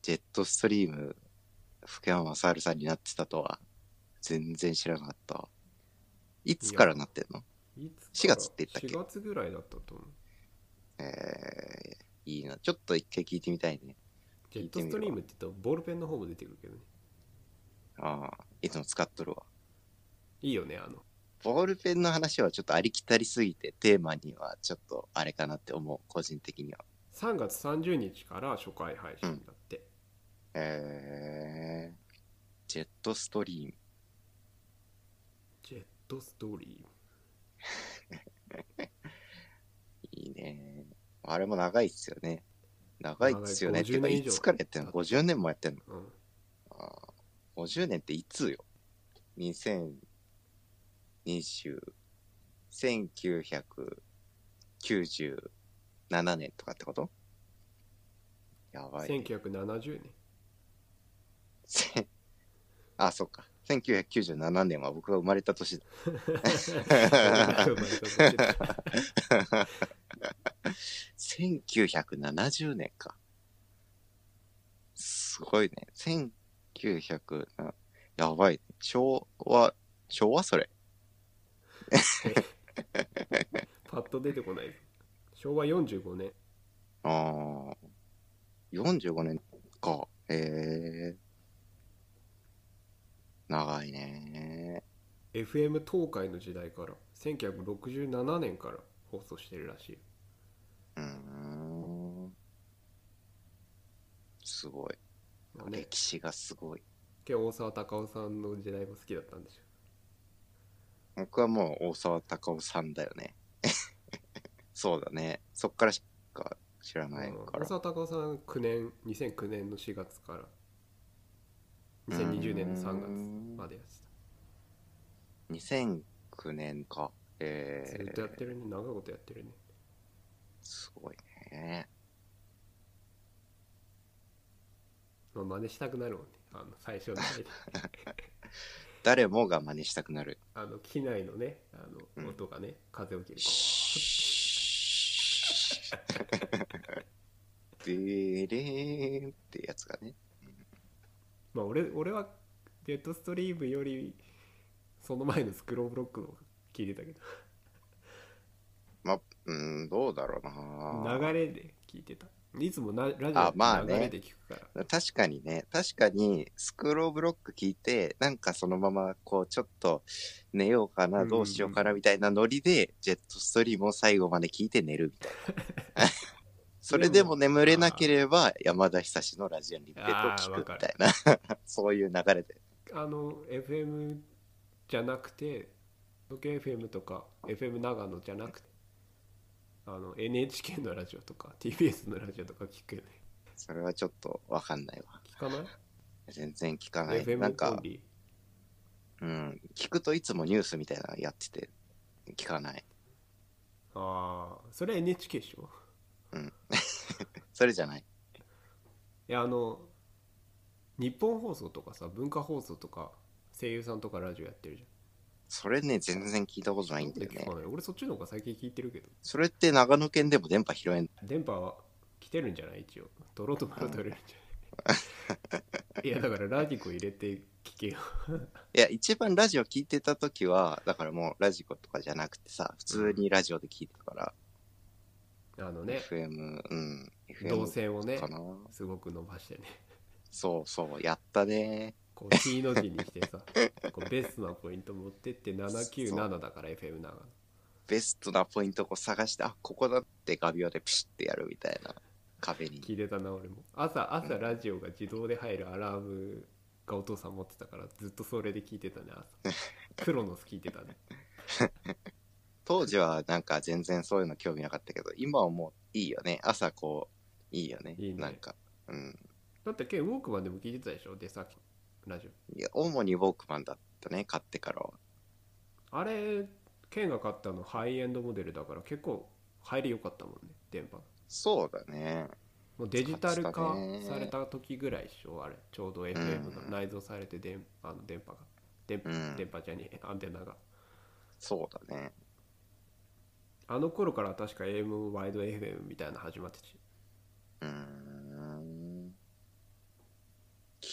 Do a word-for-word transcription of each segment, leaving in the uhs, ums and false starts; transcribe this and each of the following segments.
ジェットストリーム福山雅治さんになってたとは全然知らなかった。いつからなってんの？ いつしがつって言ったっけ？ しがつぐらいだったと思う。 えー、いいな。ちょっと一回聞いてみたいね。 ジェット聞いてみるわ。 ストリームって言ったらボールペンの方も出てくるけどね。 ああ、いつも使っとるわ。 いいよね、あのボールペンの話はちょっとありきたりすぎてテーマにはちょっとあれかなって思う、個人的には。 さんがつさんじゅうにちから初回配信だって、うん、 えー、ジェットストリーム。 ジェットストリームいいね。あれも長いっすよね。長いっすよね。っていうか、いつからやってんの？ ごじゅう 年もやってんの？ うん、 あごじゅうねんっていつよ？ にせんにじゅう、せんきゅうひゃくきゅうじゅうななねんとかってこと？やばい、ね。 せんきゅうひゃくななじゅうねんあ、そっか。せんきゅうひゃくきゅうじゅうななねんは僕が生まれた年だ。 俺が生まれた年だせんきゅうひゃくななじゅうねんか。すごいね。せんきゅうひゃく、やばい、ね。昭和、昭和それ。 パッと出てこない。しょうわよんじゅうごねん。 ああ、よんじゅうごねんか。へえ。長いね。 エフエム 東海の時代からせんきゅうひゃくろくじゅうななねんから放送してるらしい。 うーん。すごい。 まあね、 歴史がすごい。 結構大沢たかおさんの時代も好きだったんでしょ。 僕はもう大沢たかおさんだよね。そうだね。そっからしか知らないから。 大沢たかおさんきゅうねんにせんきゅうねんのしがつからにせんにじゅうねんのさんがつまでやってた。にせんきゅうねんか。えた。ずっとやってるね。長いことやってるね。 すごいね。 まあ、真似したくなるもんね。あの最初の回で誰もが真似したくなる。 あの機内のね、あの音がね、うん、風を切るこうでーれーんってやつがね。 まあ俺俺はジェットストリームよりその前のスクローブロックの聞いてたけどまあ、うん、どうだろうな。 流れで聞いてた。いつもなラジオあ、 ってまあね。 流れで聞くから。 確かにね。確かに、スクローブロック聞いて、なんかそのまま、こう、ちょっと寝ようかな、どうしようかな、みたいなノリで、ジェットストリームを最後まで聞いて寝るみたいな。それでも眠れなければ、山田久志のラジオリミテッドを聞くみたいな。そういう流れで。 あの、エフエム じゃなくて、東京 エフエム とか、エフエム 長野じゃなくて、あの エヌエイチケー のラジオとか ティービーエス のラジオとか聞くよね。 それはちょっとわかんないわ。 聞かない？ 全然聞かない。 エフエムなんかオンリうん、聞くといつもニュースみたいなのやってて、聞かない。 ー。ああ、それ エヌエイチケー でしょ。 うん。それじゃない。 いや、あの、日本放送とかさ、文化放送とか、声優さんとかラジオやってるじゃん。 それね、全然聞いたことないんだよね。 俺そっちの方が最近聞いてるけど。 それって長野県でも電波拾えんの？ 電波は来てるんじゃない？一応取ろうとまだ取れるんじゃない？いやだからラジコ入れて聞けよいや、一番ラジオ聞いてた時は、だからもうラジコとかじゃなくてさ、普通にラジオで聞いてたから、 うん、あのねエフエム、うん、エフエム動線をねかな。 すごく伸ばしてね、 そうそう、やったね。 こう T の字にしてさこうベストなポイント持ってってななきゅうななだから エフエム 長野ベストなポイントを探して、あ、ここだって画鋲でピシッてやるみたいな壁に。 聞いてたな俺も。朝朝ラジオが自動で入るアラームがお父さん持ってたからずっとそれで聞いてたね。朝クロノス聞いてたね当時はなんか全然そういうの興味なかったけど、今はもういいよね。朝こう、いいよね。 いいね。 なんか、うん。 だってケンウォークマンでも聞いてたでしょ、出先ラジオ。 いや、主にウォークマンだったね、買ってからは。 あれケンが買ったのハイエンドモデルだから結構入り良かったもんね、電波。 そうだね。 もうデジタル化された時ぐらいでしょあれ。ちょうど エフエム が内蔵されて電、あの電波が電、 うん、 電波じゃねえアンテナが。 そうだね。 あの頃から確か エーエム ワイド エフエム みたいなの始まってて、 うーん。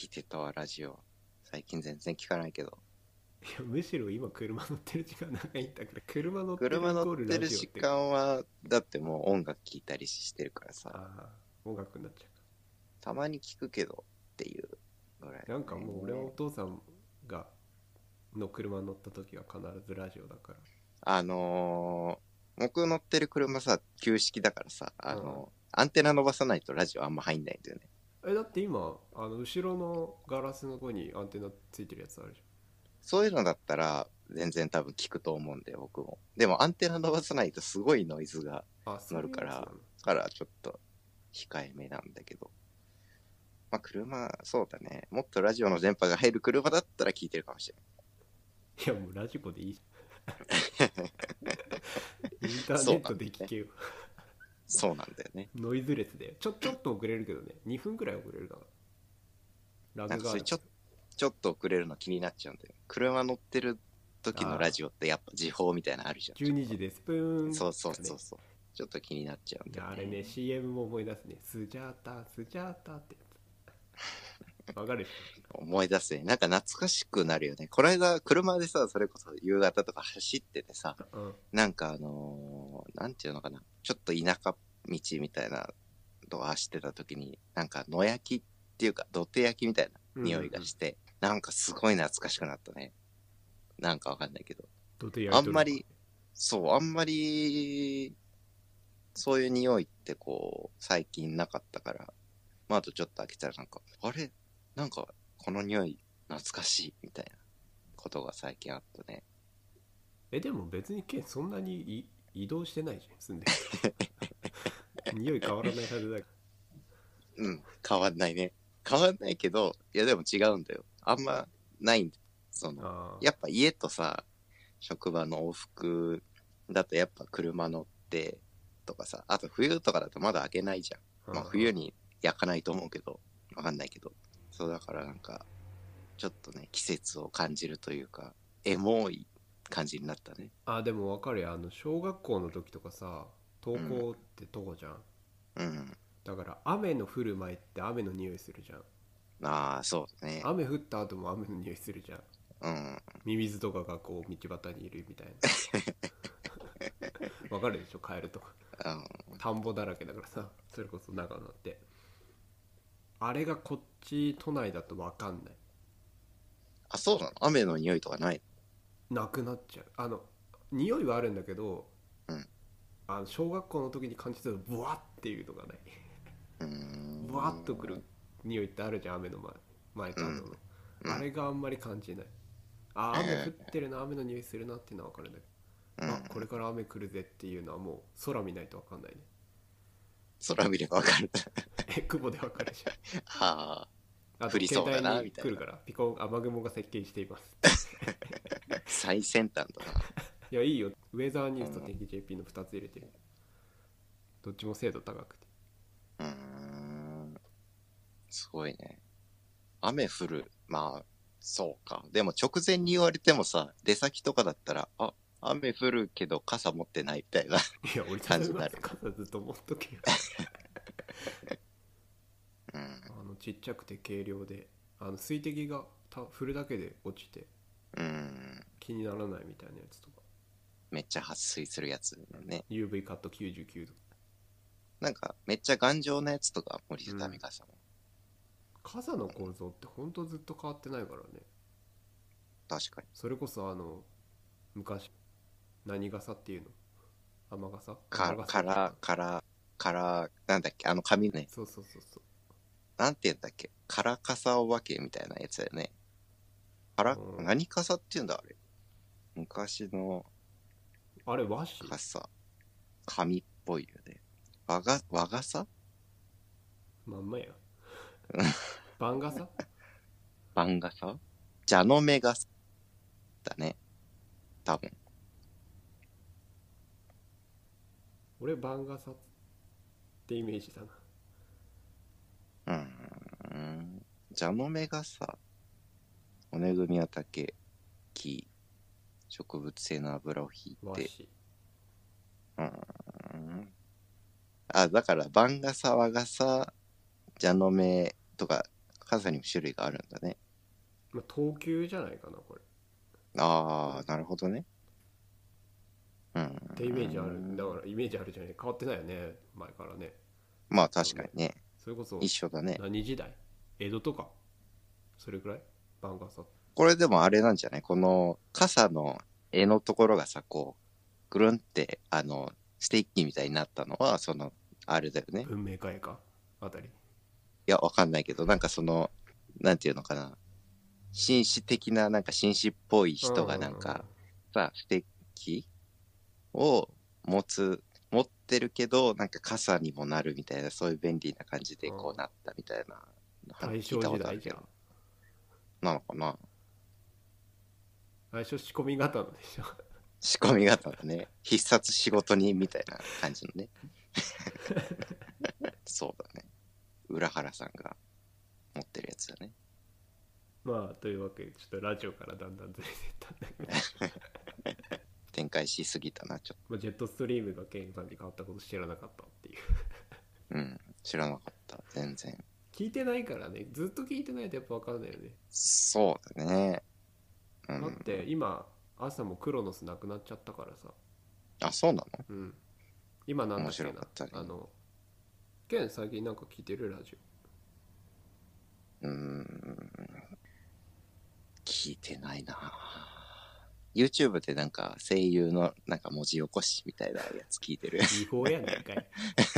きてたわ、ラジオ。最近全然聞かないけど。 いやむしろ今車乗ってる時間長いんだから、車乗ってるイ車乗コールってる時ラジオって。 間は、だってもう音楽聴いたりしてるからさ、 ああ、音楽になっちゃたまに聞くけどっていうぐらい、 う。なんかもう俺はお父さんがの車乗った時は必ずラジオだから。 あのー、僕乗ってる車さ、旧式だからさ、あのーうんアンテナ伸ばさないとラジオあんま入んないんだよね。 えだって今あの後ろのガラスのとこにアンテナついてるやつあるじそういうのだったら、全然多分聞くと思うんだよ、僕も。でもアンテナ伸ばさないとすごいノイズがゃん。あ、そういうやつなの。 だからちょっと控えめなんだけど。まあ車、そうだね。もっとラジオの電波が入る車だったら聞いてるかもしれいやもうラジコでいいじゃん。インタない。 ーネットで聞けよ。 そうなんだよね。 ノイズレスでちょちょっと遅れるけどね、にふんくらい遅れるかな。ラグがある。 なんかそれちょちょっと遅れるの気になっちゃうんだよ。車乗ってる時のラジオってやっぱ時報みたいなのあるじゃん。 じゅうにじでスプーン、 そうそうそうそう。ちょっと気になっちゃうんだよ、ね。 あれね シーエム も思い出すね。スジャータスジャータってやつわかるでし思い出すね。なんか懐かしくなるよね。この間、車でさ、それこそ夕方とか走っててさ、 ょ。うんなんかあのー、なんていうのかな。ちょっと田舎道みたいなとこ走ってた時に、なんか野焼きっていうか、土手焼きみたいな匂いがして、なんかすごい懐かしくなったね。なんかわかんないけど。 土手焼いとるのかあんまり、そう、あんまり、そういう匂いってこう、最近なかったから、まあ、あとちょっと開けたらなんか、あれなんか、この匂い懐かしいみたいなことが最近あったね。 えでも別にケンそんなにい移動してないじゃん住んでる匂い変わらないはずだけうん、変わんないね。変わんないけど、いやでも違うんだよ。あんまないんだよ。そど。 の、 あやっぱ家とさ、職場の往復だとやっぱ車乗ってとかさ、あと冬とかだとまだ開けないじゃん。まあ冬に焼かないと思うけど、わかんないけど。そうだからなんか、ちょっとね、季節を感じるというか、エモい感じになったね。 あでも分かるよ。あの小学校の時とかさ、登校って徒歩じゃん、 うん。 だから雨の降る前って雨の匂いするじゃん。 ああ、そうだね。 雨降った後も雨の匂いするじゃん。 うん。 ミミズとかがこう道端にいるみたいなわかるでしょ。カエルとかうん。 田んぼだらけだからさ、それこそ長野ってあれがこっち都内だと分かんない。 あ、そうなの？雨の匂いとかない？ なくなっちゃう。あの匂いはあるんだけど、 うん。 あの小学校の時に感じたブワッっていうのがない。 うーん。 ブワッとくる匂いってあるじゃん、雨の前前と後の、 うん、 あれがあんまり感じない。あ雨降ってるな、雨の匂いするなっていうのは分かるんだけど、 うん、 あこれから雨来るぜっていうのはもう空見ないと分かんないね。 空見ればわかる。 え雲で分かるじはゃん。あと降りそうだな携帯にみたいな来るからピコン雨雲が接近していますあ、最先端だな。 いやいいよ、ウェザーニュースと天気 ジェーピー のふたつ入れてる。どっちも精度高くて。 うーん。すごいね。雨降る。まあ、そうか。でも直前に言われてもさ、出先とかだったら、あ、雨降るけど傘持ってないみたいな。 いや俺感じになる傘ずっと持っとけようん。 あのちっちゃくて軽量で、あの水滴がた降るだけで落ちてうん。 気にならないみたいなやつとか。 めっちゃ撥水するやつね。 ユーブイ カットきゅうじゅうきゅうど。 なんか、めっちゃ頑丈なやつとか折りたたみ傘も。 傘の構造ってほんとずっと変わってないからね。 確かに。 それこそあの昔何傘っていうの、雨傘か、 雨傘から、から、から、なんだっけ、あの紙ね。 そうそうそうそう。 なんて言うんだっけ、カラカサお化けみたいなやつだよね。カラ、 うん何傘って言うんだあれ。昔のあれ和紙傘。紙っぽいよね。和が、和傘？ まんまや番傘。 番傘？蛇の目傘だね。多分。 俺番傘ってイメージだな。 うーん。蛇の目傘。骨組みは竹、木、植物性の油を引いて。 和紙。 うーん。あ、だから番傘、和傘、蛇の目とか傘にも種類があるんだね。 まあ、東急じゃないかなこれああ、なるほどね。うん。 ってイメージある。だからイメージあるじゃない、変わってないよね前からね。 まあ確かにね。 それこそ一緒だね。 何時代、江戸とかそれくらい番傘。 これでもあれなんじゃない？この傘の柄のところがさ、こう、ぐるんって、あの、ステッキみたいになったのは、その、あれだよね。 文明開化あたり。 いや、わかんないけど、なんかその、なんていうのかな。紳士的な、なんか紳士っぽい人がなんか、さ、ステッキを持つ、持ってるけど、なんか傘にもなるみたいな、そういう便利な感じでこうなったみたいな、 大正時代じゃん。 なのかな。 最初仕込み型のでしょ。 仕込み型だね。必殺仕事人みたいな感じのね。そうだね。浦原さんが持ってるやつだね。 まあというわけでちょっとラジオからだんだんずれてったんだけど展開しすぎたな、ちょっまあジェットストリームがケンさんに変わったこと知らなかったっていうと。うん。知らなかった。全然。 聞いてないからね、ずっと聞いてないとやっぱ分かんないよね。 そうだね。うだっん。 て今朝もクロノスなくなっちゃったからさ。 あ、そうなの？ うん。今なんだっけな、 面白かったね。 あのケン最近なんか聞いてるラジうーん。聞いてないな。YouTube でなんか声優のなんか文字起こしみたいなやつ聞いてる。 オ。違法やねんかい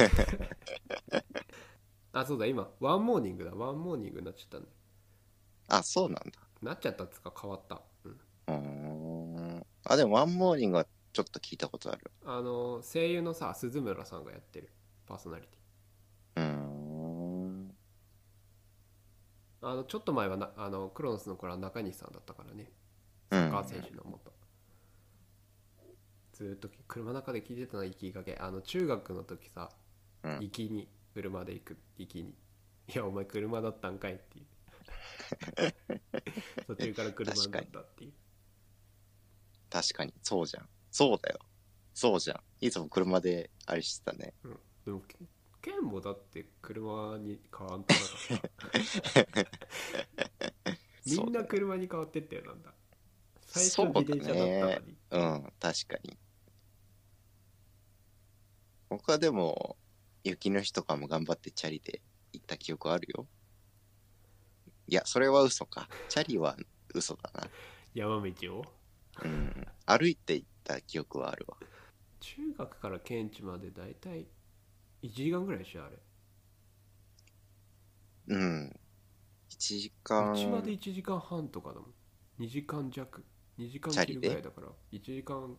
あ、そうだ、今ワンモーニングだ、ワンモーニングになっちゃったんだ。 あ、そうなんだ。 なっちゃったっつうか変わった。うん。 うーん。あ、でもワンモーニングはちょっと聞いたことある。 あの声優のさ鈴村さんがやってるパーソナリテうーん。 ィ。あのちょっと前はなあのクロノスの頃は中西さんだったからね、サッカー選手の元。ずーっと車の中で聞いてたの行きがけ。あの中学の時さ、 うん。 行きに車で行く行きに、いやお前車だったんかいっていう途中から車になったっていう。 確かに、そうじゃん。そうだよ。そうじゃん。いつも車であれしてたね。 うん、でもケンもだって車に変わんとなかったみんな車に変わってったよ。なんだ最初自転車だったのに。 うん、確かに。僕はでも、雪の日とかも頑張ってチャリで行った記憶あるよ。いや、それは嘘か。チャリは嘘だな。 山道をうん。歩いて行った記憶はあるわ。 中学から県地までだいたいいちじかんぐらいでしょあれ。 うん。いちじかうちまでんいちじかんはんとかだもん。にじかん弱、にじかん切チャリで。 るぐらいだからいちじかん。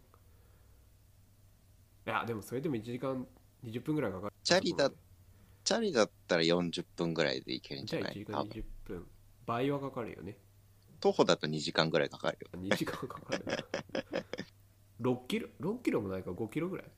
いやでもそれでもいちじかんにじゅっぷんぐらいかかる。 チャリだ、チャリだったらよんじゅっぷんぐらいで行けるんじじゃあゃない？ いちじかんにじゅっぷん、倍はかかるよね。 徒歩だとにじかんぐらいかかるよ。 にじかんかかるなろっキロろっキロもないかごキロぐらい。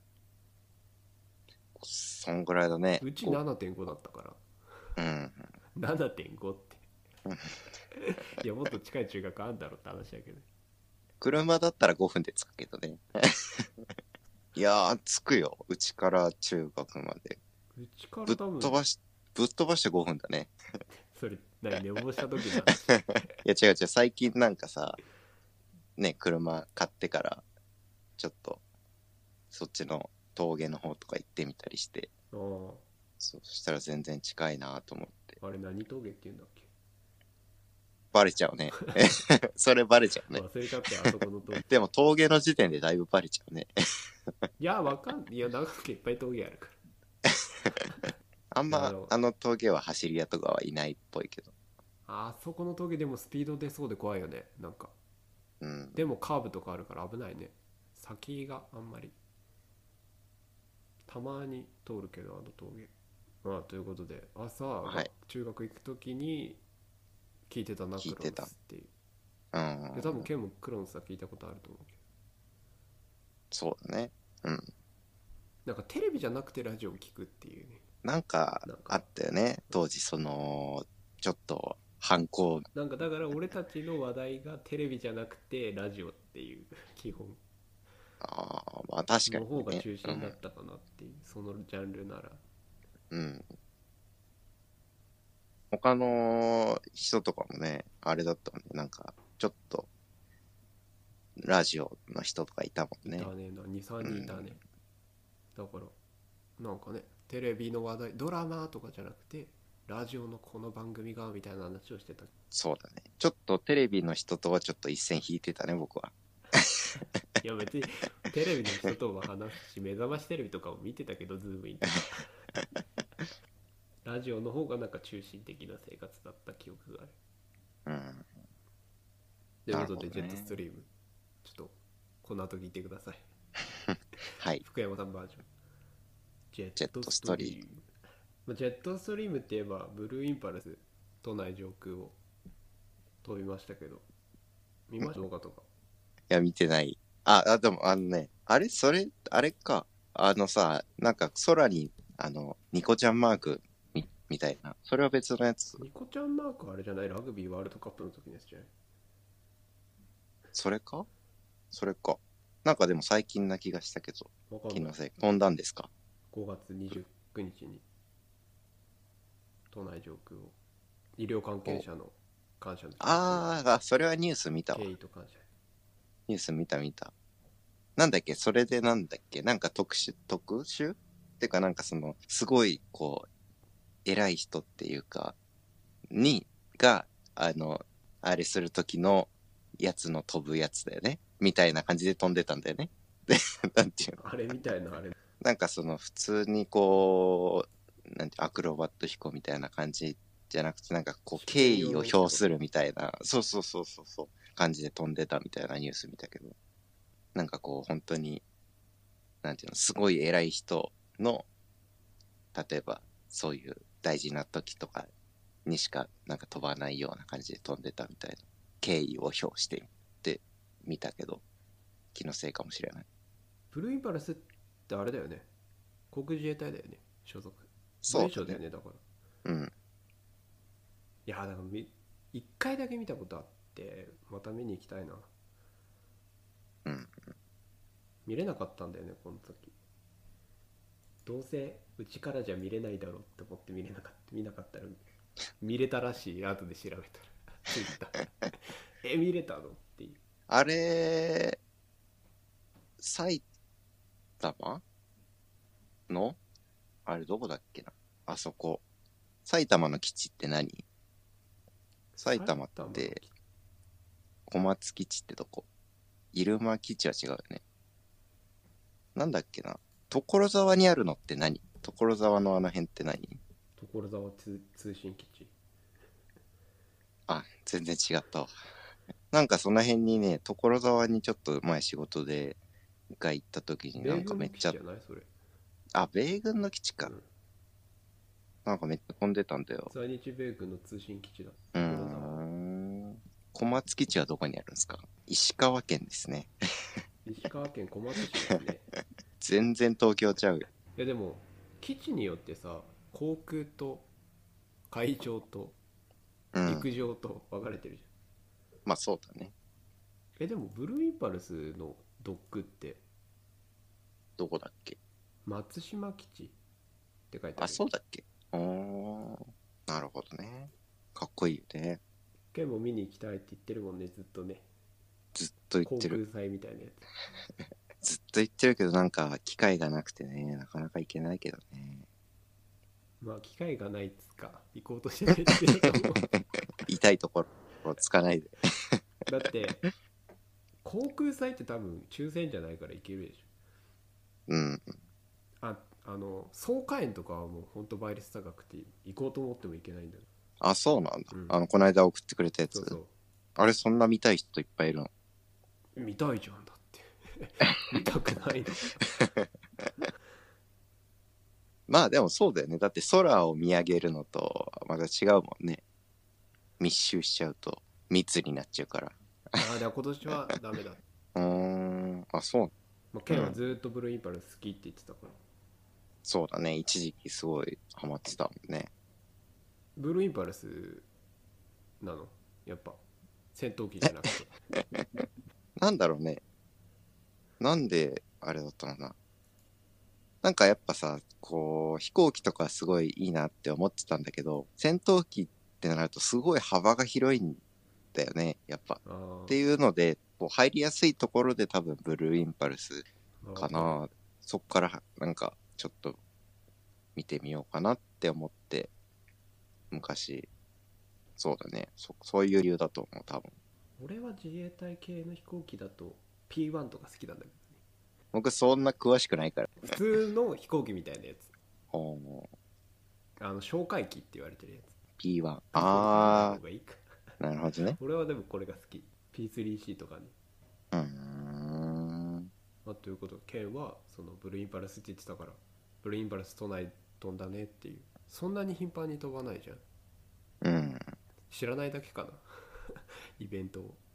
そんぐらいだね。 うち ななてんご だったからうん。 ななてんご っていやもっと近い中学あんだろって話だけど。 車だったらごふんで着くけどね。いやー、着くよ。うちから中学まで。 うちかぶっら多分飛ばし、ぶっ飛ばしてごふんだね。 それ何寝坊した時の話いや違う違う、最近なんかさ、ね、車買ってから、ちょっと、そっちの峠の方とか行ってみたりして、 ああそしたら全然近いなと思って。 あれ何峠って言うんだっけ。 バレちゃうね。それバレちゃうね。 忘れちゃってあそこの峠。 でも峠の時点でだいぶバレちゃうね。 いやわかんいや長くいっぱい峠あるかあんまいやあのあの峠は走り屋とかはいないっぽいけど。 ら。あそこの峠でもスピード出そうで怖いよねなんか。 うん。 でもカーブとかあるから危ないね。先があんまり。たまに通るけどあの峠。まあということで朝、 はい。 中学行く時に聞いてたなクロノ聞いてた。 スっていう。 うん。 で多分ケンもクロノスは聞いたことあると思うけど。 そうだね。うん。 なんかテレビじゃなくてラジオを聞くっていうね。 なんかなんかあったよね。当時その、ちょっと反抗。 なんかだから俺たちの話題がテレビじゃなくてラジオっていう基本ああ、まあ確かのにね。 方が中心だったかなっていう、そのジャンルなら。 うん。うん。 他の人とかもね、あれだったもんね。なんか、ちょっと、ラジオの人とかいたもんね。 いたね、に、さんにんいたね。だから、なんかね、テレビの話題、ドラマとかじゃなくて、ラジオのこの番組がみたいな話をしてた。 そうだね。ちょっとテレビの人とはちょっと一線引いてたね、僕は。 いや別にテレビの人とも話すし、目覚ましテレビとかも見てたけど、ズームインとか。ラジオの方がなんか中心的な生活だった記憶がある。 うん。 ということで、 なるほどねジェットストリーム、ちょっとこの後聞いてください。 はい。 福山さんバージョン。ジェッジェットトストリーストリーム。まあジェットストリームって言えば、ブルーインパルス、都内上空を飛びましたけど、見ました動画とか。 いや、見てない。あ、あ、でも、あのね、あれ、それ、あれか。あのさ、なんか空に、あの、ニコちゃんマークみ、みたいな。それは別のやつ。 ニコちゃんマークあれじゃない？ラグビーワールドカップの時のやつじゃない？ それかそれか。なんかでも最近な気がしたけど、 わかんない。 気のせい。飛んだんですか？ ごがつにじゅうくにちに都内上空を医療関係者の感謝の気持ちあーあ、それはニュース見たわ。 敬意と感謝。 ニュース見た見た。なんだっけそれでなんだっけなんか特殊、特殊っていうかなんかその、すごい、こう、偉い人っていうか、に、が、あの、あれする時のやつの飛ぶやつだよね。みたいな感じで飛んでたんだよね。で、なんていうのあれみたいなあれ。 なんかその普通にこう、なんてアクロバット飛行みたいな感じじゃなくて、なんかこう敬意を表するみたいな、そうそうそうそうそう、感じで飛んでたみたいなニュース見たけど、なんかこう本当に、なんていうの、すごい偉い人の、例えばそういう大事な時とかにしかなんか飛ばないような感じで飛んでたみたいな、敬意を表してって見たけど、気のせいかもしれない。 ブルーインパルスってあれだよね、航空自衛隊だよね、所属。 そうだね。 文章だよね、だから。 うん。 いやだからみ一回だけ見たことあって、また見に行きたいな。 うん。 見れなかったんだよね、この時。どうせうちからじゃ見れないだろうって思って見れなかった見なかったら見れたらしい。後で調べたらツイッターえ見れたのっていう。 あれ、埼玉のあれどこだっけなあそこ。埼玉の基地って何？埼玉って小松基地ってどこ？入間基地は違うよね。なんだっけな所沢にあるのって何？所沢のあの辺って何？ 所沢通通信基地。 あ、全然違ったわ。なんかその辺にね、所沢にちょっと前仕事で一回行った時になんかめっちゃ、 米軍の基地じゃないそれ。 あ、米軍の基地か。 うん、 なんかめっちゃ飛んでたんだよ。 在日米軍の通信基地だ。 うー所沢。 ん。小松基地はどこにあるんですか？石川県ですね。 石川県小松市ですね。 全然東京ちゃうよ。 いやでも基地によってさ、航空と海上とうん。 陸上と分かれてるじゃん。 まあそうだね。 えでもブルーインパルスのドックってどこだっけ？ 松島基地って書いてああ、 る。 そうだっけ？おー。なるほどね。かっこいいよね。 ケンも見に行きたいって言ってるもんね、ずっとね。 ずっと言っ航てる。 空祭みたいなやつ。 ずっと言ってるけどなんか機会がなくてね、なかなか行けないけどね。 まあ機会がないっつか行こうとしてないっていうと思う。 痛いところをつかないで。 だって航空祭って多分抽選じゃないから行けるでしうん。 ょ。ああの草加園とかはもうほんと倍率高くて行こうと思っても行けないんだよ。 あ、そうなんだ。 うん、 あの、この間送ってくれたやつ。 そうそあれ、そんな見たい人いっぱいいるの？ う。見たいじゃんだって見たくないの？ まあでもそうだよね。だって空を見上げるのとまた違うもんね。密集しちゃうと密になっちゃうから。 ああ、でも今年はダメだ。 うーん。あ、そう。 まあ、ケンはずっとブルーインパルス好きって言ってたから。 そうだね。一時期すごいハマってたもんね。 ブルーインパルスなのやっぱ戦闘機じゃなくて。 なんだろうね。なんであれだったのかな。なんかやっぱさ、こう飛行機とかすごいいいなって思ってたんだけど、戦闘機ってなるとすごい幅が広いんだよねやっぱ。 あっていうのでこう入りやすいところで多分ブルーインパルスかな。そっからなんかちょっと見てみようかなって思って昔そうだね そ, そういう理由だと思う多分。 俺は自衛隊系の飛行機だと ピーワン とか好きなんだけどね。 僕そんな詳しくないから。 普通の飛行機みたいなやつ。 おあの哨戒機って言われてるやつ。 ピーワン。 あああいいかーなるほどね。 俺はでもこれが好き。 ピースリーシー とかね。 うーんまあ、ということでケンはそのブルーインパルスって言ってたから、ブルーインパルス都内飛んだねっていう。そんなに頻繁に飛ばないじゃん。 うん知らないだけかなイベントを。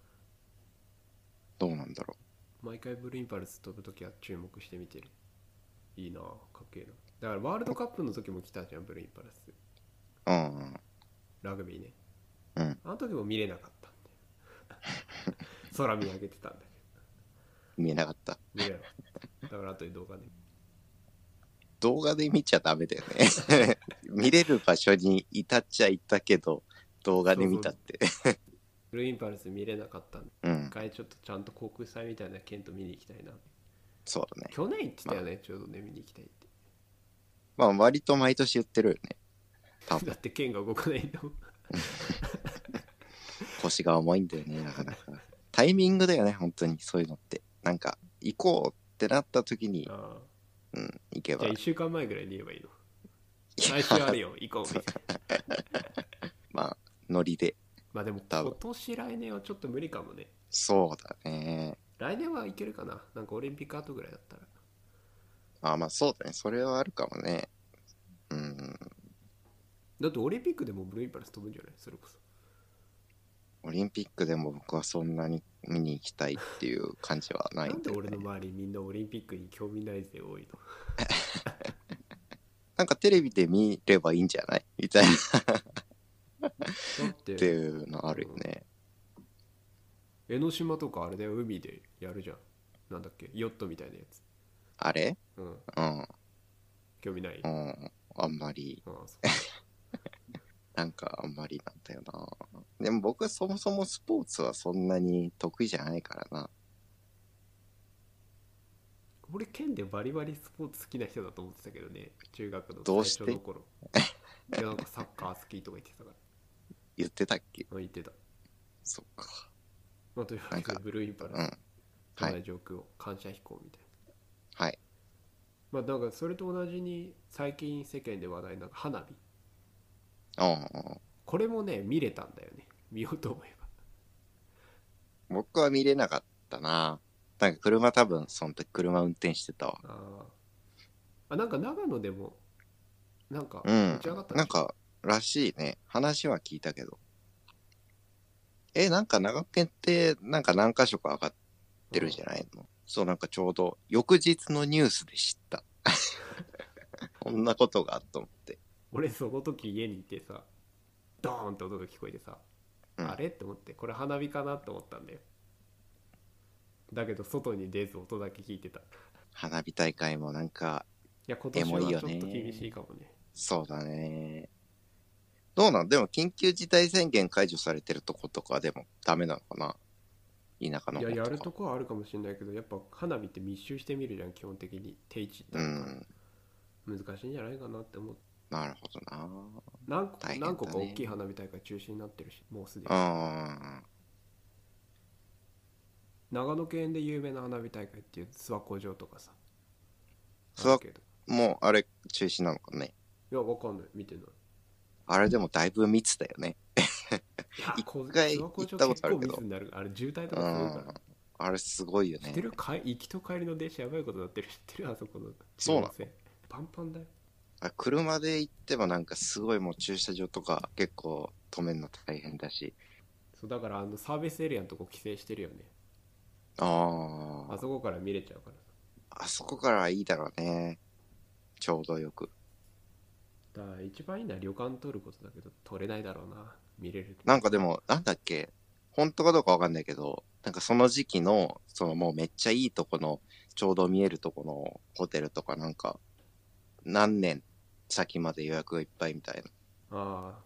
どうなんだろ毎回ブルーインパルス飛ぶときは注目してみてる。いいな、かっけえな。だからワールドカップの時も来たじゃん、ブルーインパルス。 う。うんラグビーね。 うんあの時も見れなかったんで空見上げてたんだけ見えなかった。 ど見れなかった。だから後で動画で。 動画で見ちゃダメだよね見れる場所にいたっちゃいたけど動画で見たってブルーインパルス見れなかったんで、 うん一回ちょっとちゃんと航空祭みたいなケント見に行きたいな。 そうだね。 去年行ってたよね、ちょうどね、見に行きたいってまあ割と毎年言ってるよね多分だってケンが動かないんだもん腰が重いんだよねなかなか。タイミングだよね本当にそういうのって。なんか行こうってなった時にああ、 うん行けば。 じゃあいっしゅうかんまえぐらいに言えばいいの。来週あるよ行こうみたいなまあノリで。 まあでも今年来年はちょっと無理かもね。 そうだね。 来年はいけるかな。なんかオリンピック後ぐらいだったら。 あまあそうだねそれはあるかもね。うんだってオリンピックでもブルーインパルス飛ぶんじゃない、それこそ。 オリンピックでも僕はそんなに見に行きたいっていう感じはないんだよね。 なんで俺の周りみんなオリンピックに興味ないぜ多いのなんかテレビで見ればいいんじゃないみたいなだってっていうのあるよね。 江ノ島とかあれで海でやるじゃん。なんだっけ、ヨットみたいなやつ。 あれうん。 うん興味ない。 うん、あんまり、 ああ、そう。 なんかあんまりなんだよな。でも僕はそもそもスポーツはそんなに得意じゃないからな。 俺県でバリバリスポーツ好きな人だと思ってたけどね、中学のどうして最初の頃。いやなんかサッカー好きとか言ってたから。 言ってたっけ。 あ、言ってた。 そっか。 まあ、というわけでブルーインパルス、 うん。 都はい。 内上空を感謝飛行みたいはい。 な。まあなんかそれと同じに最近世間で話題な花火。 うん。 これもね見れたんだよね、見ようと思えば。 僕は見れなかったな。なんか車多分その時車運転してたわ。 ああ、なんか長野でもなんかうん打ち上がった。 なんからしいね。話は聞いたけど。え、なんか長野県ってなんか何か所か上がってるんじゃないの。そうなんかちょうど翌日のニュースで知った。こんなことがあっと思って。 俺その時家にいてさ、ドーンって音が聞こえてさ、 うんあれって思って、これ花火かなって思ったんだよ。だけど外に出ず音だけ聞いてた。い花火大会もなんかや今年エモいよねはちょっと厳しいかもね。 そうだね。どうなんでも緊急事態宣言解除されてるとことかでもダメなのかな。田舎の方とか。 いややるとこはあるかもしれないけど、やっぱ花火って密集してみるじゃん基本的に。定位置ってうあるから、 ん。 難しいんじゃないかなって思う。 なるほどな。 何個、 大変だね何個か大きい花火大会中止になってるし、もうすでに。 あ長野県で有名な花火大会っていう諏訪湖城とかさ。 諏訪あるけど。 あ、もうあれ中止なのかね。 いやわかんない、見てない。 あれでもだいぶ密だよね。一回諏訪湖城行ったことあるけど結構密になる。あれ渋滞とかすごいから。 あれすごいよね。 知ってるかい、行きと帰りの電車やばいことになってる。知ってる、あそこの。 そうなの。 パンパンだよ。 あ車で行ってもなんかすごいもう駐車場とか結構止めるの大変だし。 そうだからあのサービスエリアのとこ規制してるよね。 ああ。 あそこから見れちゃうから。 あそこからいいだろうね。ちょうどよく。 だから一番いいのは旅館取ることだけど、取れないだろうな、見れる。 なんかでも、なんだっけ、本当かどうかわかんないけど、なんかその時期の、そのもうめっちゃいいとこの、ちょうど見えるとこのホテルとかなんか、何年先まで予約がいっぱいみたいな。 ああ、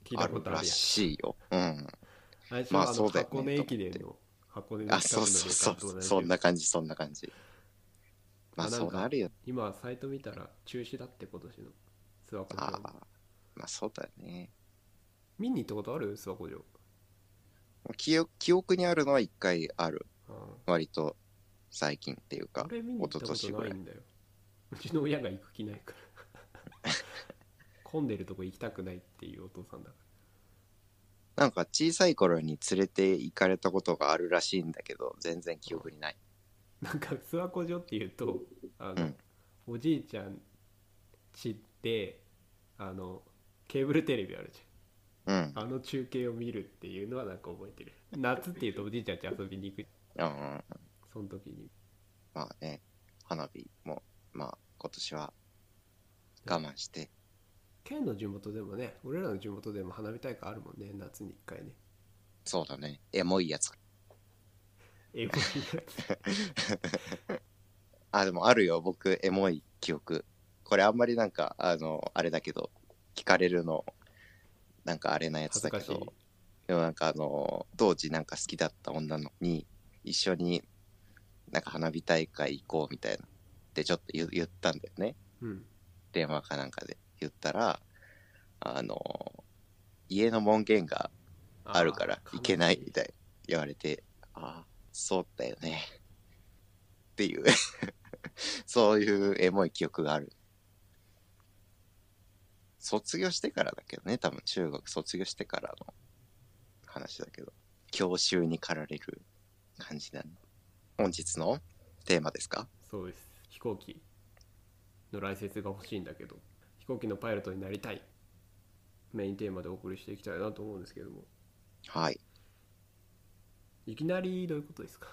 聞いあるらたことあるやん。 しいよ。うん。 あれでしょ、 まああのそうだよね箱根駅伝の箱根のあ、 近くの旅そうそうそうそう。 館と同じよ。 そんな感じ、そんな感じ。まああ、なんかそうなるよ。 今サイト見たら中止だって今年の諏訪湖あ場も。 あ、まあそうだよね。 見に行ったことある諏訪湖場？ 記憶、記憶にあるのは一回ある。 ああ、 割と最近っていうか、 俺見に一昨行ったこと年ぐらい。 ないんだよ。うちの親が行く気ないから混んでるとこ行きたくないっていうお父さんだかなんか小さい頃に連れて行かれたことがあるらしいんだけど、全然記ら。 憶にない。 うん、なんか諏訪湖場っていうと、あのうん。 おじいちゃん家で、あのケーブルテレビあるじうん。 ゃん、あの中継を見るっていうのはなんか覚えてる。夏っていうとおじいちゃん家遊びに行く、 うん。 その時に。 まあね、花火も、まあ今年は我慢して。 県の地元でもね、俺らの地元でも花火大会あるもんね、夏にいっかいね。 そうだね。エモいやつ。 エモいやつ。 あ、でもあるよ。僕、エモい記憶。これあんまりなんか、あの、あれだけど、聞かれるの、なんかあれなやつ恥ずかしい。 だけど、でもなんかあの、当時なんか好きだった女の子に、一緒になんか花火大会行こうみたいな。ってちょっと言言ったんだよね。 うん。 電話かなんかで言ったら、あの、家の門限があるからあ行けー悲しい。 ないみたいに言われて、ああ、そうだよね。っていうそういうエモい記憶がある。卒業してからだけどね、多分中学卒業してからの話だけど、教習に駆られる感じだね。本日のテーマですか？ そうです。飛行機のライセンスが欲しいんだけど、飛行機のパイロットになりたい、メインテーマでお送りしていきたいなと思うんですけども、 はい。 いきなりどういうことですか？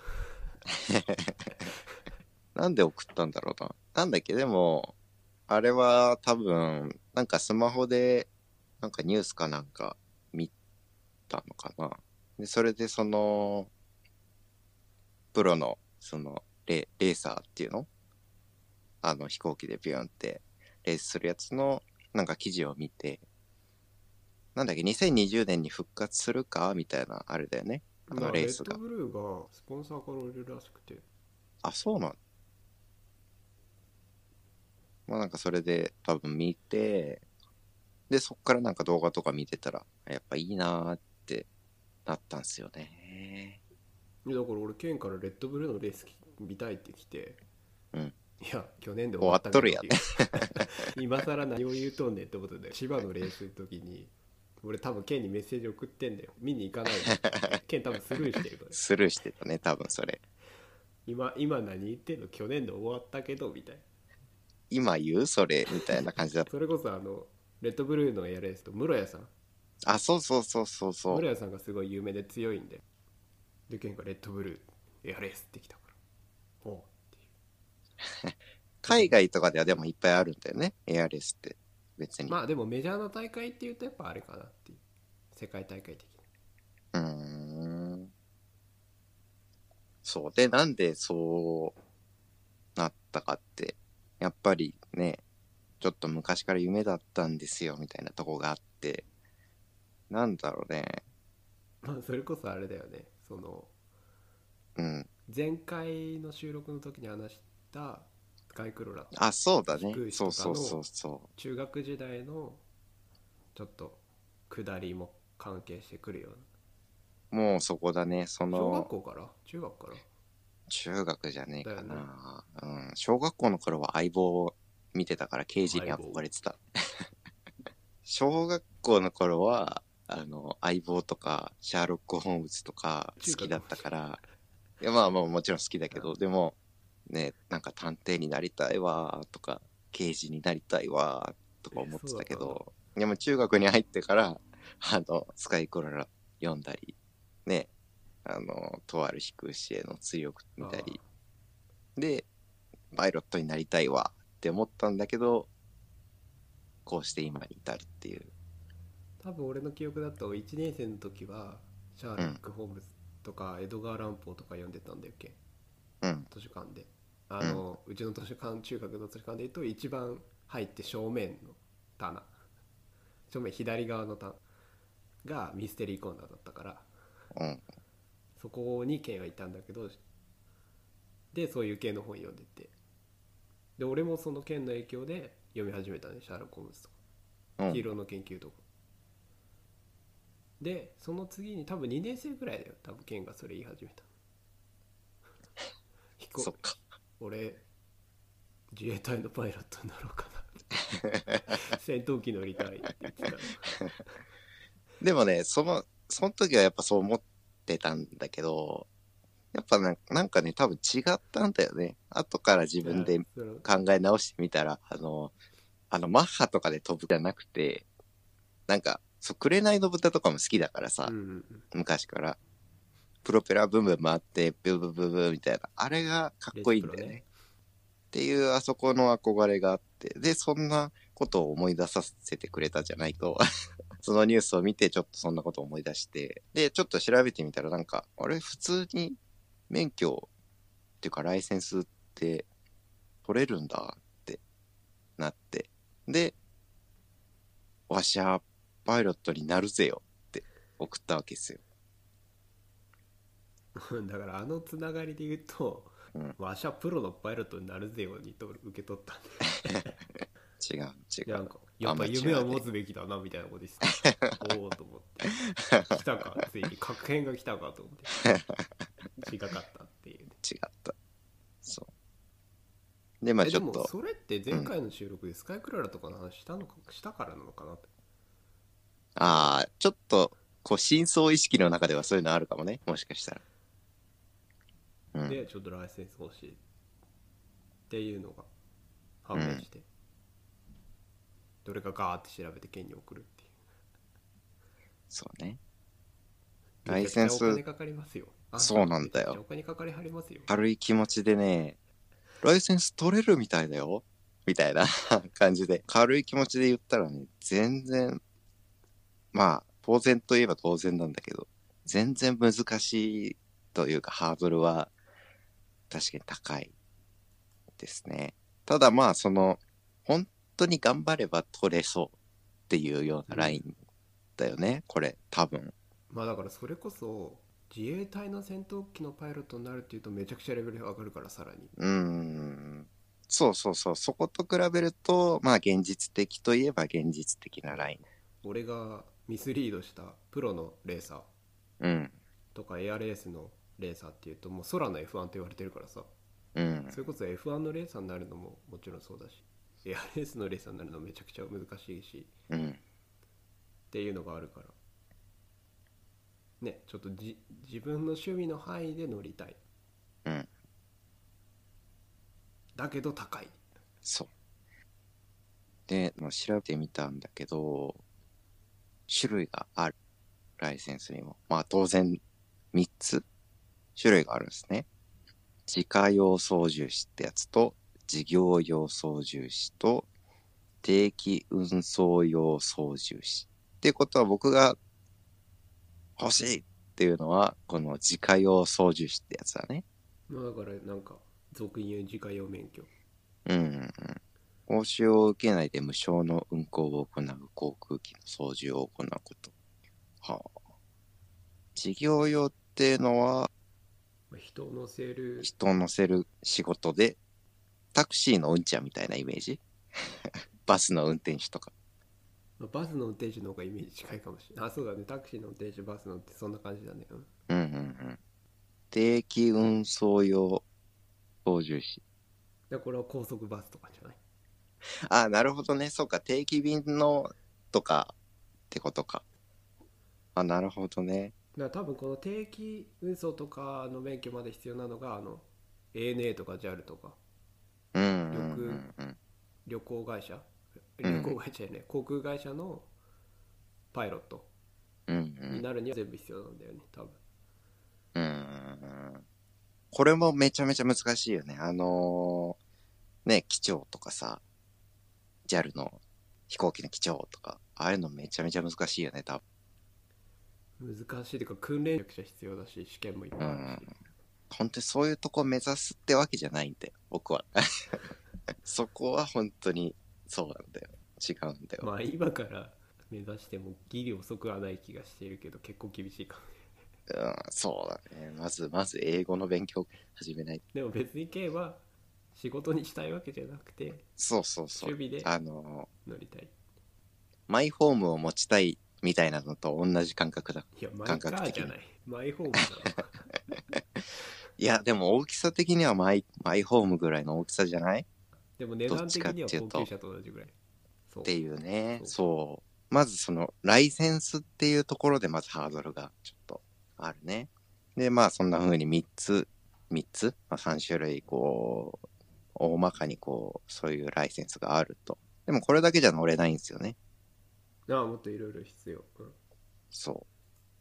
なんで送ったんだろうな。なんだっけ、でも、あれは多分、なんかスマホで、なんかニュースかなんか見たのかな。で、それでその、プロの、その、レ、レーサーっていうのあの飛行機でビューンってレースするやつの、なんか記事を見て、なんだっけ、にせんにじゅうねんに復活するかみたいな、あれだよね。あのまあレッレースが。 ドブルーがスポンサーから売れるらしくて。 あ、そうなん。まあなんかそれで多分見て、で、そっからなんか動画とか見てたら、やっぱいいなーってなったんすよね。 だから俺県からレッドブルーのレース見たいって来て、 うん。 いや去年で終終わわっっとるやんね。 たけどっていう今更何を言うとんねんってことで、千葉のレースの時に俺多分県にメッセージ送ってんだよ、見に行かないでって言って、県多分スルーしてるから。 スルーしてたね、多分それ。 今今何言ってんの、去年で終わったけどみたいな。 今言うそれみたいな感じだった。 それこそあのレッドブルーのエアレースと室屋さん、 あ、そうそうそうそうそう。 室屋さんがすごい有名で強いんで、で県がレッドブルーエアレースってきたから、おうっていう。ちょっと海外とかではでもいっぱいあるんだよね、エアレスって。別に。 まあでもメジャーな大会っていうとやっぱあれかなっていう、世界大会的うーん。そう。で、なんでそうなったかって、やっぱりね、ちょっと昔から夢だったんですよ、みたいなとこがあって、なんだろうね。 な。まあそれこそあれだよね、そのうん。 前回の収録の時に話したスカイクロラあ、そうだね。 飛空士そうそうそとかのうそ中学時代のちょっと下りも関係してくるような。 う。もうそこだね。そ小学の、 校から中学から中学じゃねえかだよね。 な。うん。小学校の頃は相棒を見てたから、刑事に相棒。 憧れてた。小学校の頃は、あの、相棒とか、シャーロック・ホームズとか好きだったから、いやまあまあもちろん好きだけど、でも、ね、なんか探偵になりたいわーとか、刑事になりたいわーとか思ってたけえそうだっど、でも中学に入ってから、あの、スカイクロラ読んだり、ね、あの、とある飛空士への追憶見たり、で、パイロットになりたいわって思ったんだけど、こうして今に至るっていう。 多分俺の記憶だといちねん生の時はシャーロッうん、 ク・ホームズとかエドガー・ランポーとか読んでたんだよっけ、 うん、 図書館で。あうん。 のうちの図書館、中学の図書館で言うと一番入って正面の棚、正面左側の棚がミステリーコーナーだったから、 うん。 そこにケンはいたんだけど、でそういう系の本読んでて、で俺もそのケンの影響で読み始めたね、シャーロック・ホームズとかうん。 ヒーローの研究とかで、その次に多分にねん生ぐらいだよ、多分ケンがそれ言い始めた。飛行そっか。 俺自衛隊のパイロットになろうかな戦闘機乗りたいって言ってたの。 でもね、その、その時はやっぱそう思ってたんだけど、やっぱなんかなんかね、多分違ったんだよね。後から自いや分でその考え直してみたら、あの、あの、マッハとかで飛ぶじゃなくて、なんか、そう、紅の豚とかも好きだからさ、 うんうんうん、 昔から。プロペラブンブン回って、ブーブーブーブーみたいな。あれがかっレこジプロね。 いいんだよね。っていう、あそこの憧れがあって。で、そんなことを思い出させてくれたじゃないと。そのニュースを見て、ちょっとそんなことを思い出して。で、ちょっと調べてみたら、なんか、あれ、普通に免許っていうか、ライセンスって取れるんだってなって。で、わしゃ、パイロットになるぜよって送ったわけですよ。 だからあのつながりで言うと、 うん。 わしゃプロのパイロットになるぜよにと受け取ったんで違う、違う。 でなんかやっぱアマチ夢は持ュアで。 つべきだなみたいなこと言ってた。おおと思って、来たか、ついに確変が来たかと思って違かったっていうね。 違った。そう。で、まあえでもちょっと、 それってうん。 前回の収録でスカイクララとかの話したのか、したからなのかなって。 ああ、ちょっと、こう、深層意識の中ではそういうのあるかもね。もしかしたら。うん。 でちょっとライセンス欲しいっていうのがうん。 判明して、どれかガーって調べて県に送るっていう。 そうね。ライめちゃくちゃおセンス、 金かかりますよ。あんそうたなんだよ。 めちゃくちゃお金かかりはりますよ。 軽い気持ちでね、ライセンス取れるみたいだよ。みたいな感じで。軽い気持ちで言ったらね、全然、まあ、当然といえば当然なんだけど、全然難しいというか、ハードルは確かに高いですね。ただまあ、その、本当に頑張れば取れそうっていうようなライうん。 ンだよね。これ、多分。 まあだからそれこそ自衛隊の戦闘機のパイロットになるっていうとめちゃくちゃレベルが上がるから、さらに。 うーん。そうそうそう。そこと比べると、まあ現実的といえば現実的なライ俺がミスリードしたプロのレーサーン。うん。 とかエアレースのレーサーっていうともう空の エフワン と言われてるからさ、 うん。 それこそ エフワン のレーサーになるのももちろんそうだし、エアレースのレーサーになるのめちゃくちゃ難しいしうん。 っていうのがあるからね、ちょっとじ自分の趣味の範囲で乗りたい、 うん。 だけど高い。 そう。で、まあ調べてみたんだけど、種類がある。ライセンスにも。まあ当然みっつ種類があるんですね。自家用操縦士ってやつと、事業用操縦士と、定期運送用操縦士。っていうことは僕が欲しいっていうのは、この自家用操縦士ってやつだね。 まあだからなんか俗に言う自家用免許。 うんうんうん。講習を受けないで無償の運航を行う航空機の操縦を行うこと。はあ。事業用っていうのは、 まあ人を乗せる。 人を乗せる仕事で、タクシーのうんちゃんみたいなイメージ。バスの運転手とか。 まあバスの運転手の方がイメージ近いかもしれない。あ、そうだね。タクシーの運転手、バスの運転手、そんな感じだね。うん。 うんうんうん。定期運送用操縦士。 で、これは高速バスとかじゃない。 あ、なるほどね。そうか。定期便のとかってことか。あ、なるほどね。 だから多分この定期運送とかの免許まで必要なのが、あの、エーエヌエー とか ジャル とか、 うんう旅空、 んうん旅行会社うん。うん旅行会社やね、航空会社のパイロットうんうんになるには全部必要なんだよね、多分。 うん。これもめちゃめちゃ難しいよね。あのー、ね、機長とかさ、ジャル の飛行機の機長とか、ああいうのめちゃめちゃ難しいよね、多難しいというか、訓練めちゃくちゃ必要だし、試験もいっ分。うん。 ぱいあるし。 本当にそういうとこ目指すってわけじゃないんだよ、僕は。そこは本当にそうなんだよ。違うんだよ。 まあ今から目指してもギリ遅くはない気がしているけど結構厳しいかも。 うん、そうだね。まず、まず英語の勉強始めない。 でも別に K は仕事にしたいわけじゃなくてそうそうそう。 趣味であの、 乗りたい。 マイホームを持ちたいみたいなのと同じ感覚だ。 いやマイ感覚的に。 カーじゃない、マイホームだろ。 いや、でも大きさ的にはマイ、マイホームぐらいの大きさじゃない？ でも値段的どっちかっには高級ていうと。 車と同じぐらい。そうっていうね。 そうそう。まずその、ライセンスっていうところでまずハードルがちょっとあるね。で、まあそんな風にみっつ、みっつ、まあ、さん種類こう、大まかにこう、そういうライセンスがあると。でもこれだけじゃ乗れないんですよね。 ああもっといろいろ必要、うん、 そう。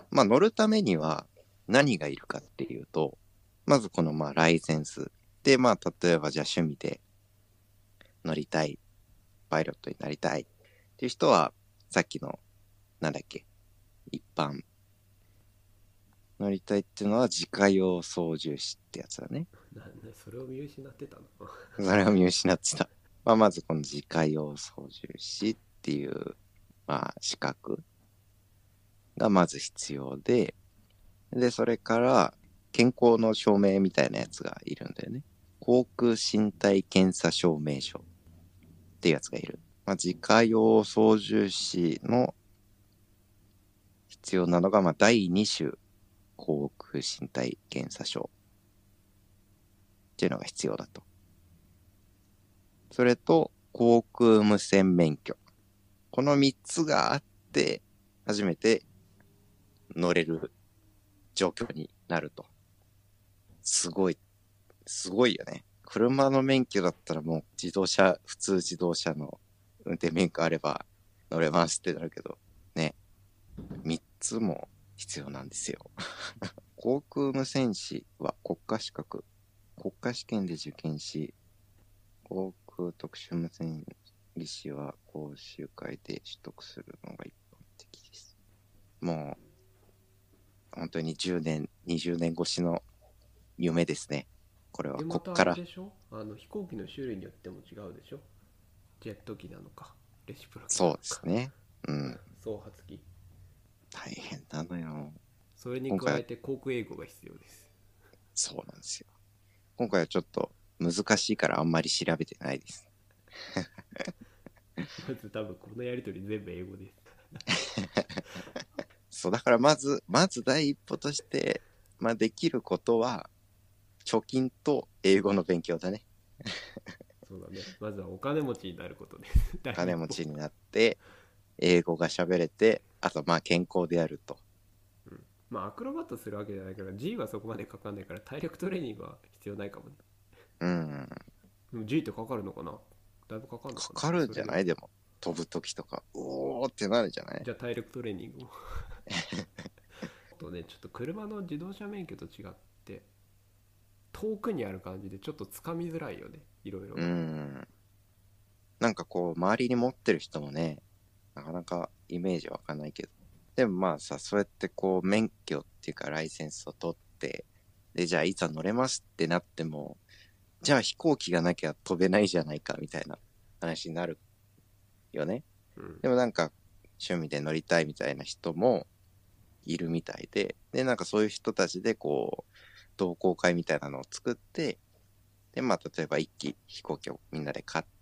まあ乗るためには何がいるかっていうと、まずこのまあライセンス。で、まあ例えばじゃあ趣味で乗りたい、パイロットになりたいっていう人は、さっきの、なんだっけ、一般乗りたいっていうのは自家用操縦士ってやつだね。 ななそれを見失ってたの。 それを見失ってた。まあ、まずこの自家用操縦士っていう、まあ、資格がまず必要で、で、それから健康の証明みたいなやつがいるんだよね。航空身体検査証明書っていうやつがいる。まあ、自家用操縦士の必要なのが、まあ、だいに種航空身体検査証っていうのが必要だと。それと、航空無線免許。このみっつがあって、初めて乗れる状況になると。すごい、すごいよね。車の免許だったらもう自動車、普通自動車の運転免許あれば乗れますってなるけど、ね。みっつも必要なんですよ。航空無線士は国家資格、国家試験で受験し、航空特殊無線技師は講習会で取得するのが一般的です。もう、本当にじゅうねん、にじゅうねん越しの夢ですね。これはでまたこっから。 あれでしょ、あの飛行機の種類によっても違うでしょ。ジェット機なのかレシプロ機なそうのかですね。うん。 総発機、 大変なのよ。 それに今回は、 加えて航空英語が必要です。 そうなんですよ。今回はちょっと難しいからあんまり調べてないです。 まず多分このやり取り全部英語です。 そう、だからまず、まず第一歩として、まあできることは、貯金と英語の勉強だね。 そうだね、まずはお金持ちになることです。 お金持ちになって、英語が喋れて、あとまあ健康であると。 うん、まあアクロバットするわけじゃないから G はそこまでかかんないから体力トレーニングは必要ないかもね。 うん。 でも G ってかかるのかな、だいぶかかるのかな。 かかるんじゃない？ ででも、飛ぶときとか、うおーってなるんじゃない？ じゃあ体力トレーニングもとね、ちょっと車の自動車免許と違って遠くにある感じでちょっとつかみづらいよね、いろいろうが。 ん。なんかこう、周りに持ってる人もね、なかなかイメージわかんないけど。でもまあさ、そうやってこう、免許っていうかライセンスを取って、で、じゃあいざ乗れますってなっても、じゃあ飛行機がなきゃ飛べないじゃないかみたいな話になるよね。 うん、 でもなんか、趣味で乗りたいみたいな人もいるみたいで、で、なんかそういう人たちでこう、同好会みたいなのを作って、で、まあ、例えば一機飛行機をみんなで買って、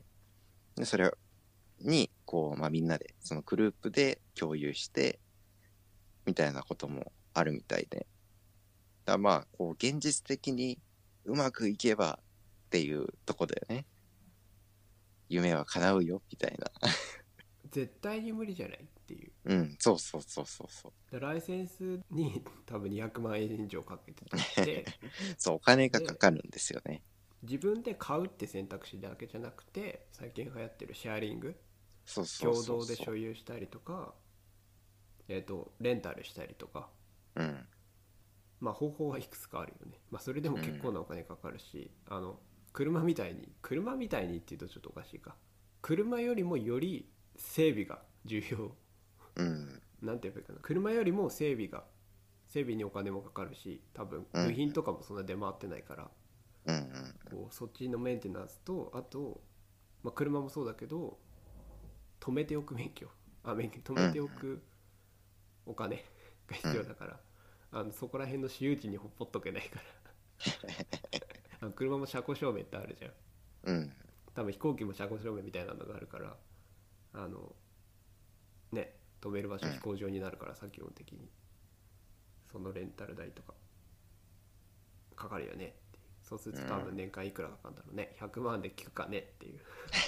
で、それに、こう、まあみんなで、そのグループで共有して、みたいなこともあるみたいで。だからまあ、こう、現実的にうまくいけばっていうとこだよね。夢は叶うよ、みたいな。 絶対に無理じゃないっていう。 うん、そうそうそうそうそう。 でライセンスに多分にひゃくまんえん以上かけて取ってそう、お金がかでかるんですよね。 自分で買うって選択肢だけじゃなくて最近流行ってるシェアリング、 そうそう共そうそう。 同で所有したりとか、えー、とレンタルしたりとか、 うん、 まあ方法はいくつかあるよね。まあそれでもうん、 結構なお金かかるし、あの車みたいに車みたいにっていうとちょっとおかしいか、車よりもより整備が重要、 うん、 なんて言えばいいかな、車よりも整備が整備にお金もかかるし、多分うん、 部品とかもそんな出回ってないから、 うん、うん、 こうそっちのメンテナンスと、あと、まあ、車もそうだけど止めておく免許あ、免許止めておくお金が必要だから、うん、あのそこら辺の私有地にほっぽっとけないからあの車も車庫証明ってあるじゃん。 うん。 多分飛行機も車庫証明みたいなのがあるから、あのね、止める場所飛行場になるからさ、基本的にそのレンタル代とかかかるよねっていう。そうすると多分年間いくらかかるんだろうね、ひゃくまんで効くかねっていう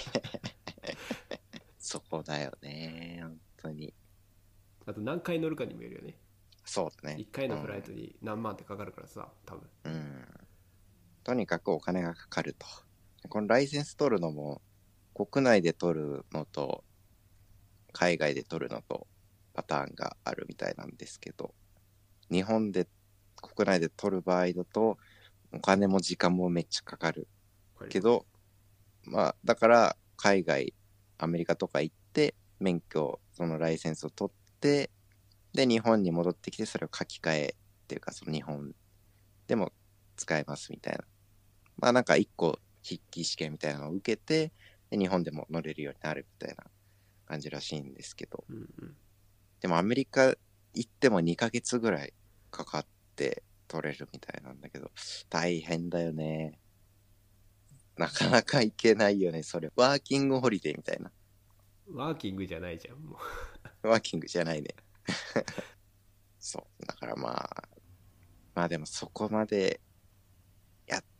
そこだよね、本当に。 あと何回乗るかにもよるよね。 そうだね。 いっかいのフライトに何万ってかかるからさ、多分。 うん。うん。とにかくお金がかかると。このライセンス取るのも、国内で取るのと、海外で取るのと、パターンがあるみたいなんですけど、日本で、国内で取る場合だと、お金も時間もめっちゃかかる。けど、まあ、だから、海外、アメリカとか行って、免許、そのライセンスを取って、で、日本に戻ってきて、それを書き換えっていうか、その日本でも使えますみたいな。まあ、なんか一個筆記試験みたいなのを受けて、で、日本でも乗れるようになるみたいな感じらしいんですけど、 うんうん、 でもアメリカ行ってもにかげつぐらいかかって取れるみたいなんだけど、大変だよね。なかなか行けないよね、それ。ワーキングホリデーみたいな。 ワーキングじゃないじゃん、もう。ワーキングじゃないね。そう。だからまあ、まあでもそこまでやって、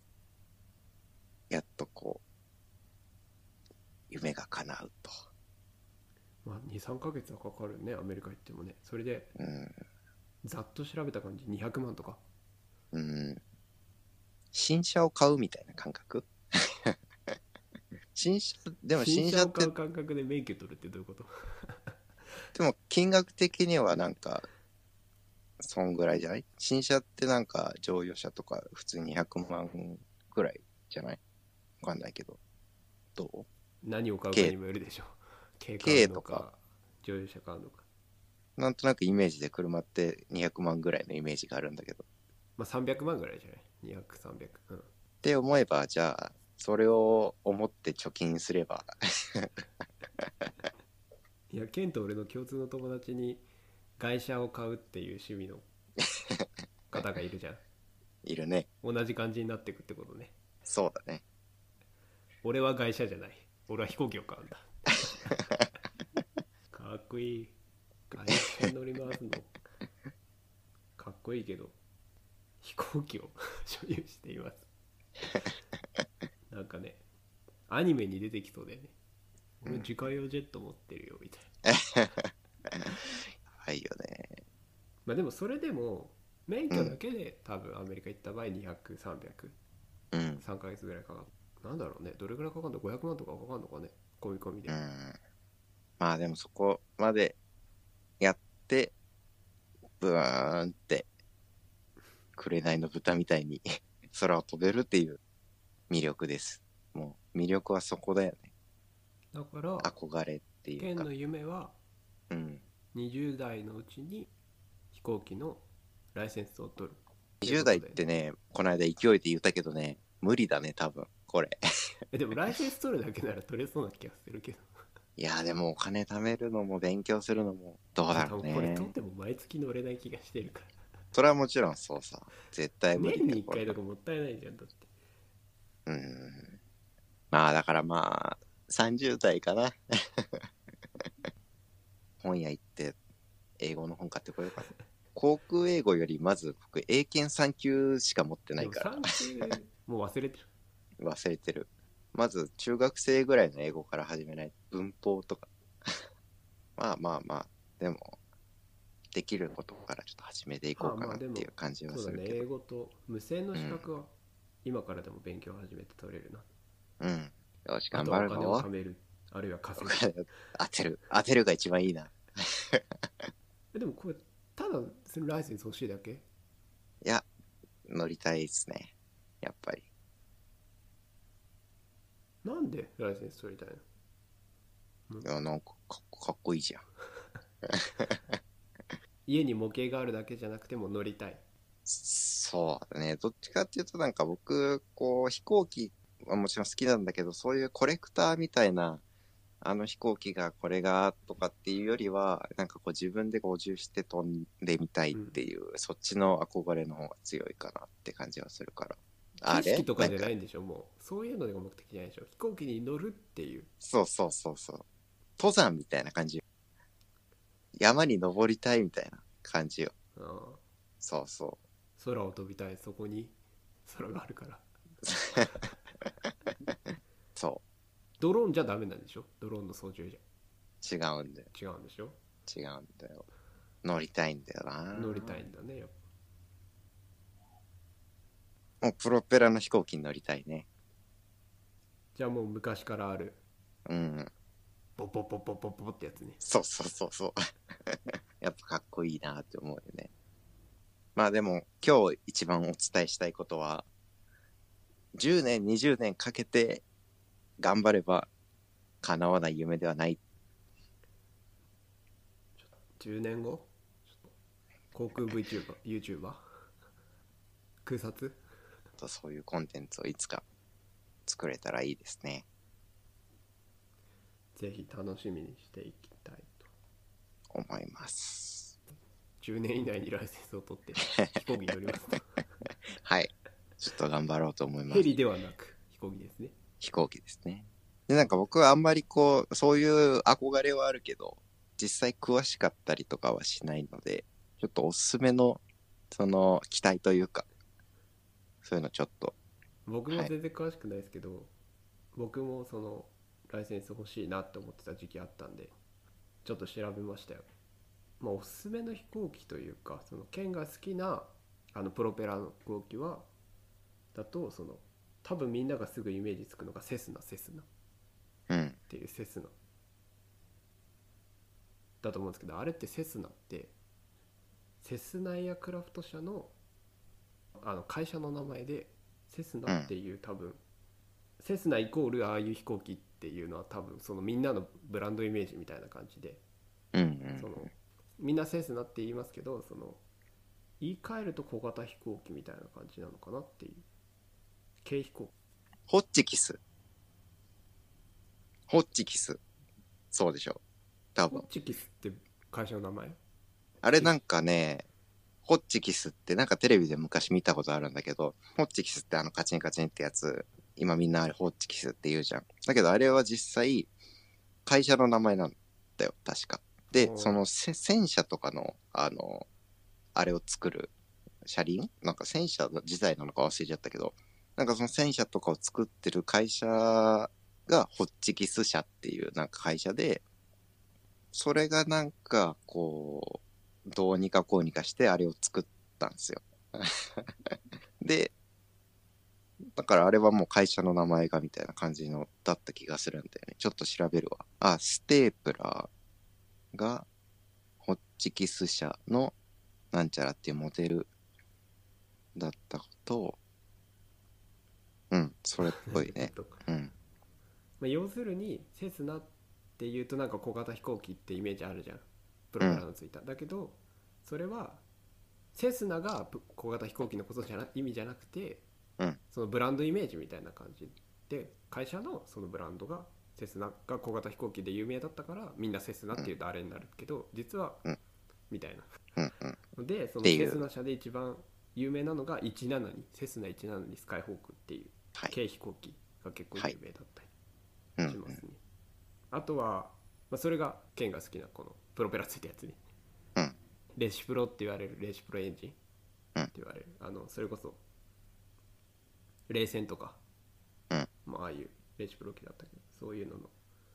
やっとこう、夢が叶うと。 まあ、にさんかげつはかかるね、アメリカ行ってもね。それで、 うん。 ざっと調べた感じにひゃくまんとか。 うん。新車を買うみたいな感覚新車、でも新車って、 新車を買う感覚で免許取るってどういうこと？ でも金額的にはなんか、そんぐらいじゃない？新車ってなんか乗用車とか普通にひゃくまんぐらいじゃない？わかんないけど。どう？ 何を買うかにもよるでしょ。軽買う K のかとか、 乗用車買うのか。 なんとなくイメージで車ってにひゃくまんぐらいのイメージがあるんだけど。 まあさんびゃくまんぐらいじゃない？ にひゃく、さんびゃく。うん。 って思えば、じゃあ、それを思って貯金すればいや、ケンと俺の共通の友達に外車を買うっていう趣味の方がいるじゃん。 いるね。 同じ感じになっていくってことね。 そうだね。 俺は外車じゃない。俺は飛行機を買うんだ。かっこいい。外車乗り回すのかっこいいけど、飛行機を所有しています。なんかね、アニメに出てきそうだよね。俺自家用ジェット持ってるよみたいな。 はいよね。 まあでもそれでも免許だけで多分アメリカ行った場合にひゃく、さんびゃく、 うん。 さんかげつぐらいかかる。なんだろうね、どれぐらいかかるの？ ごひゃく 万とかかかるのかね、込み込みで。 うん。まあでもそこまでやって、ブーンって、紅の豚みたいに空を飛べるっていう魅力です。もう魅力はそこだよね。 だから憧れっていうか。 ケンの夢はうん。 にじゅう代のうちに飛行機のライセンスを取るっていうにじゅう代っことで、 てね、この間勢いで言ったけどね、無理だね、多分、これ。 えでもライセンス取るだけなら取れそうな気がするけど。 いや、でもお金貯めるのも勉強するのも、どうだろう多分これ取っね。 ても毎月乗れない気がしてるから。 それはもちろんそうさ。絶対無理だよ、 年にいっかいこれは。 とかもったいないじゃん、だって。 うん。まあ、だからまあ、さんじゅう代かな。本屋行って、英語の本買ってこようかな。航空英語よりまず僕英検さん級しか持ってなでもいからさん級もう忘れてる。 忘れてる。まず中学生ぐらいの英語から始めない。文法とか。まあまあまあ、でも、できることからちょっと始めていこうかなっていう感じはそうだね、 するけど。 英語と無線の資格は今からでも勉強を始めて取れるな。 うん。よし、 あ頑とはお金を張るぞ。 貯める、あるいは稼ぐ。 お金当てる。当てるが一番いいな。 えでもこれただそのライセンス欲しいだけ？ いや、乗りたいですね。やっぱり。 なんでライセンス取りたいの？ いや、なんかかかっこいいじゃん。 家に模型があるだけじゃなくても乗りたい。 そうだね。どっちかっていうとなんか僕、こう飛行機はもちろん好きなんだけど、そういうコレクターみたいなあの飛行機がこれがとかっていうよりは、なんかこう自分で操縦して飛んでみたいっていう、うん、そっちの憧れの方が強いかなって感じはするから。 景色とかじゃないんでしょ。もうそういうのが目的じゃないでしょ。飛行機に乗るっていう。 そうそうそうそう。登山みたいな感じ。山に登りたいみたいな感じよ。 ああ、 そうそう。 空を飛びたい。そこに空があるから。 そう。 ドローンじゃダメなんでしょ。ドローンの操縦じゃ。違うんだよ。 違うんでしょ。 違うんだよ。乗りたいんだよな。 乗りたいんだね。やっぱもうプロペラの飛行機に乗りたいね。 じゃあもう昔からある。 うん。 ポポポポポポってやつね。 そうそうそうそう。やっぱかっこいいなって思うよね。まあでも今日一番お伝えしたいことは、じゅうねんにじゅうねんかけて頑張れば叶わない夢ではない。 じゅうねんご航空 VTuber、YouTuber 空撮とそういうコンテンツをいつか作れたらいいですね。 ぜひ楽しみにしていきたいと思います。 じゅうねん以内にライセンスを取って飛行機に乗りますとはい、ちょっと頑張ろうと思います。 ヘリではなく飛行機ですね。 飛行機ですね。でなんか僕はあんまりこうそういう憧れはあるけど実際詳しかったりとかはしないので、ちょっとおすすめのその期待というかそういうのちょっと。 僕も全然詳しくないですけど、はい、僕もそのライセンス欲しいなって思ってた時期あったんでちょっと調べましたよ。まあおすすめの飛行機というか、そのケンが好きなあのプロペラの飛行機はだと、その多分みんながすぐイメージつくのがセスナセスナっていうセスナだと思うんですけど、あれってセスナってセスナエアクラフト社のあの会社の名前で、セスナっていう多分セスナイコールああいう飛行機っていうのは多分そのみんなのブランドイメージみたいな感じで、 うんうん、 そのみんなセスナって言いますけど、その言い換えると小型飛行機みたいな感じなのかなっていう。軽飛行機。 ホッチキスホッチキスそうでしょ多分。 ホッチキスって会社の名前？ あれなんかね、ホッチキスってなんかテレビで昔見たことあるんだけど、ホッチキスってあのカチンカチンってやつ、今みんなあれホッチキスって言うじゃん。だけどあれは実際会社の名前なんだよ確か。でその戦車とかのあのあれを作る車輪なんか戦車自体なのか忘れちゃったけど、なんかその戦車とかを作ってる会社がホッチキス社っていうなんか会社で、それがなんかこうどうにかこうにかしてあれを作ったんですよでだからあれはもう会社の名前がみたいな感じのだった気がするんだよね。ちょっと調べるわ。あ、ステープラーがホッチキス社のなんちゃらっていうモデルだったと、うんそれっぽいねうん、 まあ、要するにセスナっていうとなんか小型飛行機ってイメージあるじゃん、プロペラのついた、うん、だけどそれはセスナが小型飛行機のことじゃな意味じゃなくて、 うん、 そのブランドイメージみたいな感じで、会社のそのブランドがセスナが小型飛行機で有名だったからみんなセスナっていうとあれになるけど、実は、うん、みたいな、うんうん、でそのセスナ社で一番有名なのがいちななにセスナいちななにスカイホークっていう軽飛行機が結構有名だったりしますね、はい、うんうん、あとは、まあ、それがケンが好きなこのプロペラついたやつに、うん、レシプロって言われるレシプロエンジンって言われる、うん、あのそれこそ冷戦とか、うん、まあああいうレシプロ機だったけど、そういうのの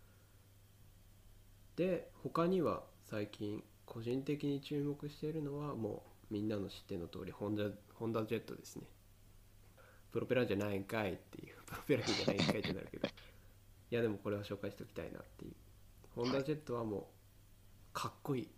で、他には最近個人的に注目しているのはもうみんなの知っての通りホンダ、ホンダジェットですね。プロペラじゃないんかいっていう、プロペラじゃないんかいってなるけどいやでもこれは紹介しておきたいなっていう。ホンダジェットはもうかっこいい、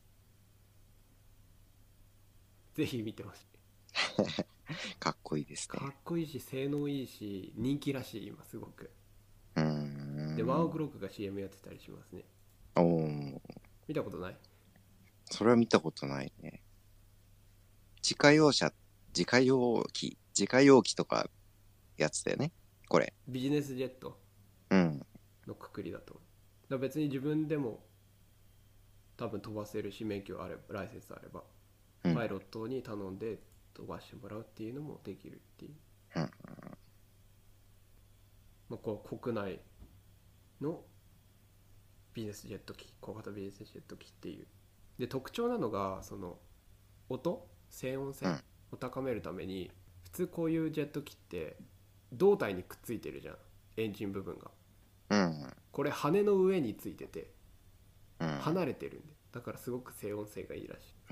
ぜひ見てほしいかっこいいですね。 かっこいいし性能いいし人気らしい今すごく。うーんでワンオクロックが シーエム やってたりしますね。おー、見たことない？ それは見たことないね。自家用車、自家用機自家用機とかやつだよねこれ。 ビジネスジェットのくくりだと、 ら別に自分でも多分飛ばせるし、免許あればライセンスあれば、 うんパイロットに頼んで飛ばしてもらうっていうのもできるっていう、 うん。 まあ、こう国内のビジネスジェット機、小型ビジネスジェット機っていう。で特徴なのが、その音静音性を高めるために、普通こういうジェット機って胴体にくっついてるじゃん、エンジン部分が。 うんこれ羽の上についててうん。 離れてるんで、だからすごく静音性がいいらしい。 うん。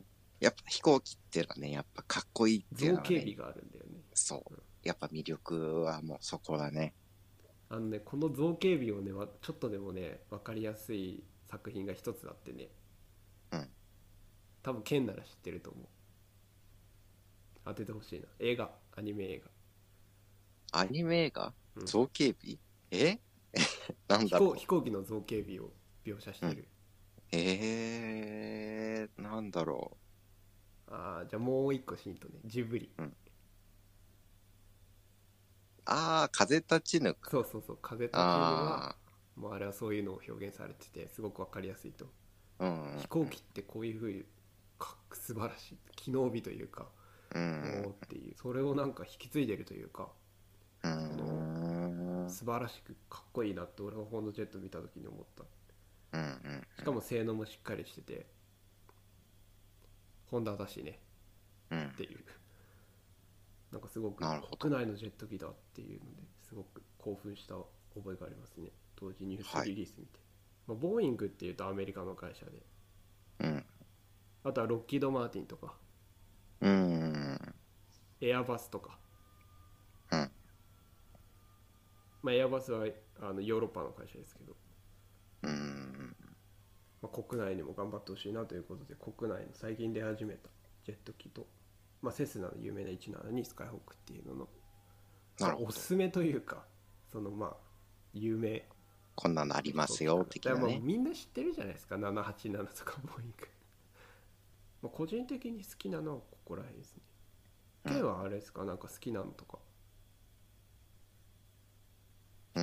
やっぱ飛行機っていうのはね、やっぱかっこいいっていうのはね。 造形美があるんだよね。 そう。やっぱ魅力はもうそこだね。 あのね、この造形美をね、わちょっとでもね分かりやすい作品が一つあってね、 うん。 多分ケンなら知ってると思う。当ててほしいな。映画、アニメ映アニメ映画画、うん、 造形美えなん飛だろう。 行飛行機の造形美を描写してる、 えー、なんだろああ、じゃあもう一個ヒントね。ジブリ。 う。うん。あー、風立ちぬか。 そうそうそう、風立ちぬはあもうあれはそういうのを表現されててすごく分かりやすいと。 ー、うん。 飛行機ってこういう風にか素晴らしい機能美というか、 うおーん。 っていう、それをなんか引き継いでるというか、 うそのん。 素晴らしくかっこいいなって俺はホンダジェット見た時に思った。 うんうんしかも性能もしっかりしてて、ホンダだしねうん。 っていう、なんかすごくなるほど。 国内のジェット機だっていうのですごく興奮した覚えがありますね、当時ニュースリリース見て。まあ、ボーイングっていうとアメリカの会社で、 うん。 あとはロッキード・マーティンとかうん。 エアバスとか、 うん。 まあ、エアバスはあのヨーロッパの会社ですけど、 うん。 まあ、国内にも頑張ってほしいなということで、国内の最近出始めたジェット機と、まあ、セスナの有名ないちななにスカイホークっていうのの、まあ、おすすめというか、そのまあ有名、 こんなのありますよ的なね。 みんな知ってるじゃないですか、ななはちななとかボーイング。まあ個人的に好きなのはここら辺ですね。ケイはあれですか、なんか好きなのとか。 うん。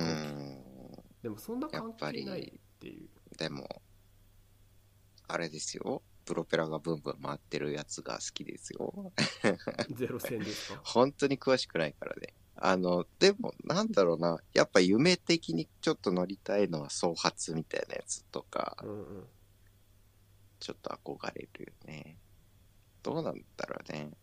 でもそんな関係ないっていう。 でもあれですよ、プロペラがブンブン回ってるやつが好きですよ。 ゼロ戦ですか。 本当に詳しくないからね。あのでもなんだろうな、やっぱ夢的にちょっと乗りたいのは総発みたいなやつとか、 うんうん、 ちょっと憧れるよね。どうなんだろうね。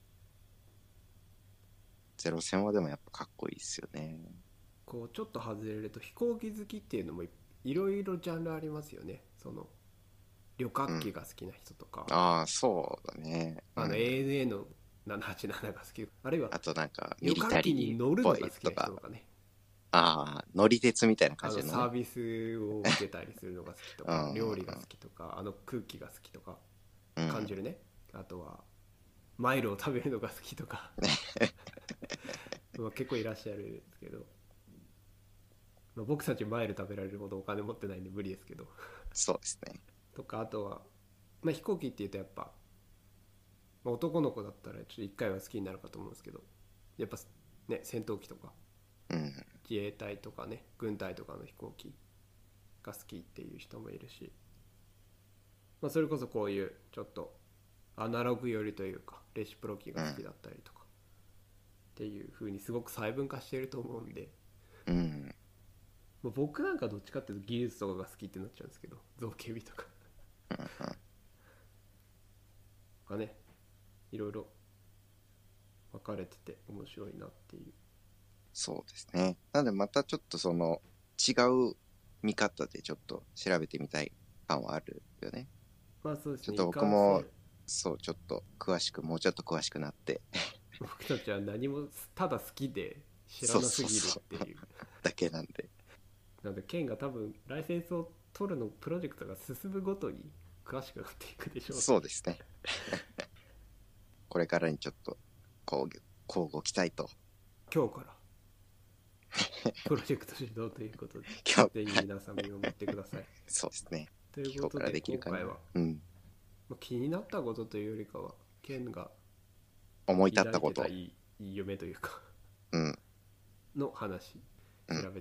ゼロ戦はでもやっぱかっこいいっすよね。 こうちょっと外れると飛行機好きっていうのもいいろいろジャンルありますよね。その旅客機が好きな人とか、 うん、ああそうだね、 あのうん、 エーエヌエー のななはちななが好き、あるいはあとなんかミ旅リタ客機にリーっ乗るのが好きなぽいとか、 人とかね、 ああ乗り鉄みたいな感あのじのね。 サービスを受けたりするのが好きとか、 うん、 料理が好きとか、あの空気が好きとかうん、 感じるね。あとはマイルを食べるのが好きとかまあ結構いらっしゃるんですけど、まあ、僕たちマイル食べられるほどお金持ってないんで無理ですけどそうですね。 とか、あとは、まあ、飛行機っていうとやっぱ、まあ、男の子だったらちょっと一回は好きになるかと思うんですけど、やっぱね戦闘機とかうん、 自衛隊とかね軍隊とかの飛行機が好きっていう人もいるし、まあ、それこそこういうちょっとアナログ寄りというかレシプロ機が好きだったりとか、っていう風にすごく細分化していると思うんで、 うん、 まあ、僕なんかどっちかっていうと技術とかが好きってなっちゃうんですけど、造形美とかがねいろいろ分かれてて面白いなっていう。 そうですね。なんでまたちょっとその違う見方でちょっと調べてみたい感はあるよね。 まあそうですね、 ちょっと僕もそうちょっと詳しくもうちょっと詳しくなって僕たちは何もただ好きで知らなすぎるっていうだけなんで、 なのでケンが多分ライセンスを取るのプロジェクトが進むごとに詳しくなっていくでしょう。 そうですねこれからにちょっとこう交互期待と、 今日からプロジェクト始動ということで今日ぜひ皆さん見守ってください。 そうですね。 という今日からことでできるかな。 今回は、 うん。 まあ、気になったことというよりかはケンが思い立ったこと。 抱いてたいい夢というかうん。 の話うん調べてみる、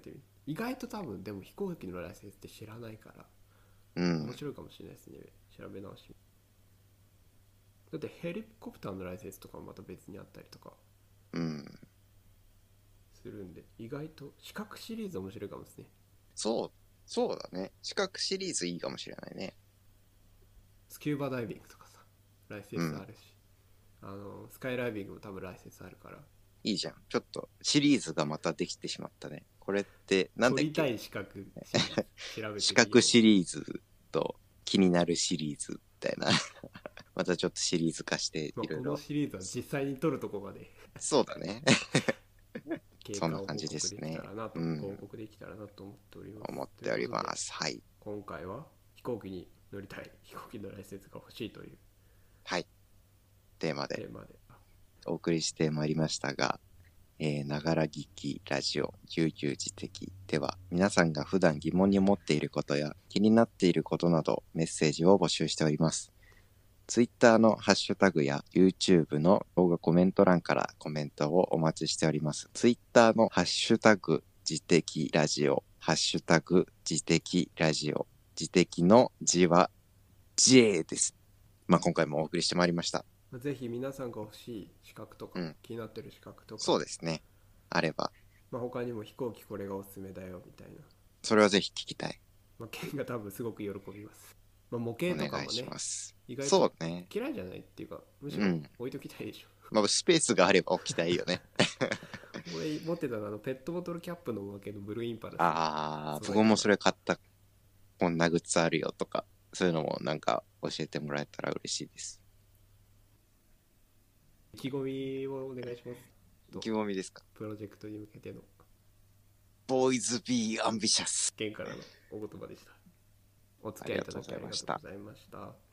意外と多分でも飛行機のライセンスって知らないからうん面。白いかもしれないですね。調べ直し。だってヘリコプターのライセンスとかもまた別にあったりとかうん。 するんで、意外と資格シリーズ面白いかもですね。 そう、そうだね。資格シリーズいいかもしれないね。 スキューバダイビングとかさ、ライセンスあうん。 るし、あのスカイライビングも多分ライセンスあるから、 いいじゃん。ちょっとシリーズがまたできてしまったね。これってなんだっけ？ 取りたい資格シリーズ調べて資みよう。 格シリーズと気になるシリーズみたいな。またちょっとシリーズ化してまあ、 いろいろ。 このシリーズは実際に取るとこまでそうだね。 経そんな過を報告で感じですね。 きたらなと、 うん報告できたらなと思っております。 思っております。はい。 今回は飛行機に乗りたい、飛行機のライセンスが欲しいというはい。テーマでテーマで、 お送りしてまいりましたが、えー、ながら聞きラジオぎゅうぎゅう自適では皆さんが普段疑問に思っていることや気になっていることなどメッセージを募集しております。ツイッターのハッシュタグや YouTube の動画コメント欄からコメントをお待ちしております。ツイッターのハッシュタグ自適ラジオ、ハッシュタグ自適ラジオ、自適の字は ジェー です。まあ今回もお送りしてまいりました。 ぜひ皆さんが欲しい資格とか、 うん、 気になってる資格とか、 そうですね。あれば。 まあ、他にも飛行機これがおすすめだよみたいな、 それはぜひ聞きたい。 まあ、ケンが多分すごく喜びます。まあ、模型とかもねお願いします。 意外とそうね。 嫌いじゃないっていうか、むしろうん置いときたいでしょ、 まあスペースがあれば置きたいよね。 俺持ってたのはあのペットボトルキャップのおまけのブルーインパルス。 ああ、 すごい僕もそれ買った。こんなグッズあるよとか、そういうのもなんか教えてもらえたら嬉しいです。 意気込みをお願いします。 意気込みですか？ プロジェクトに向けての Boys be ambitious。 ケンからのお言葉でした。お付き合いいただきありがとうございました。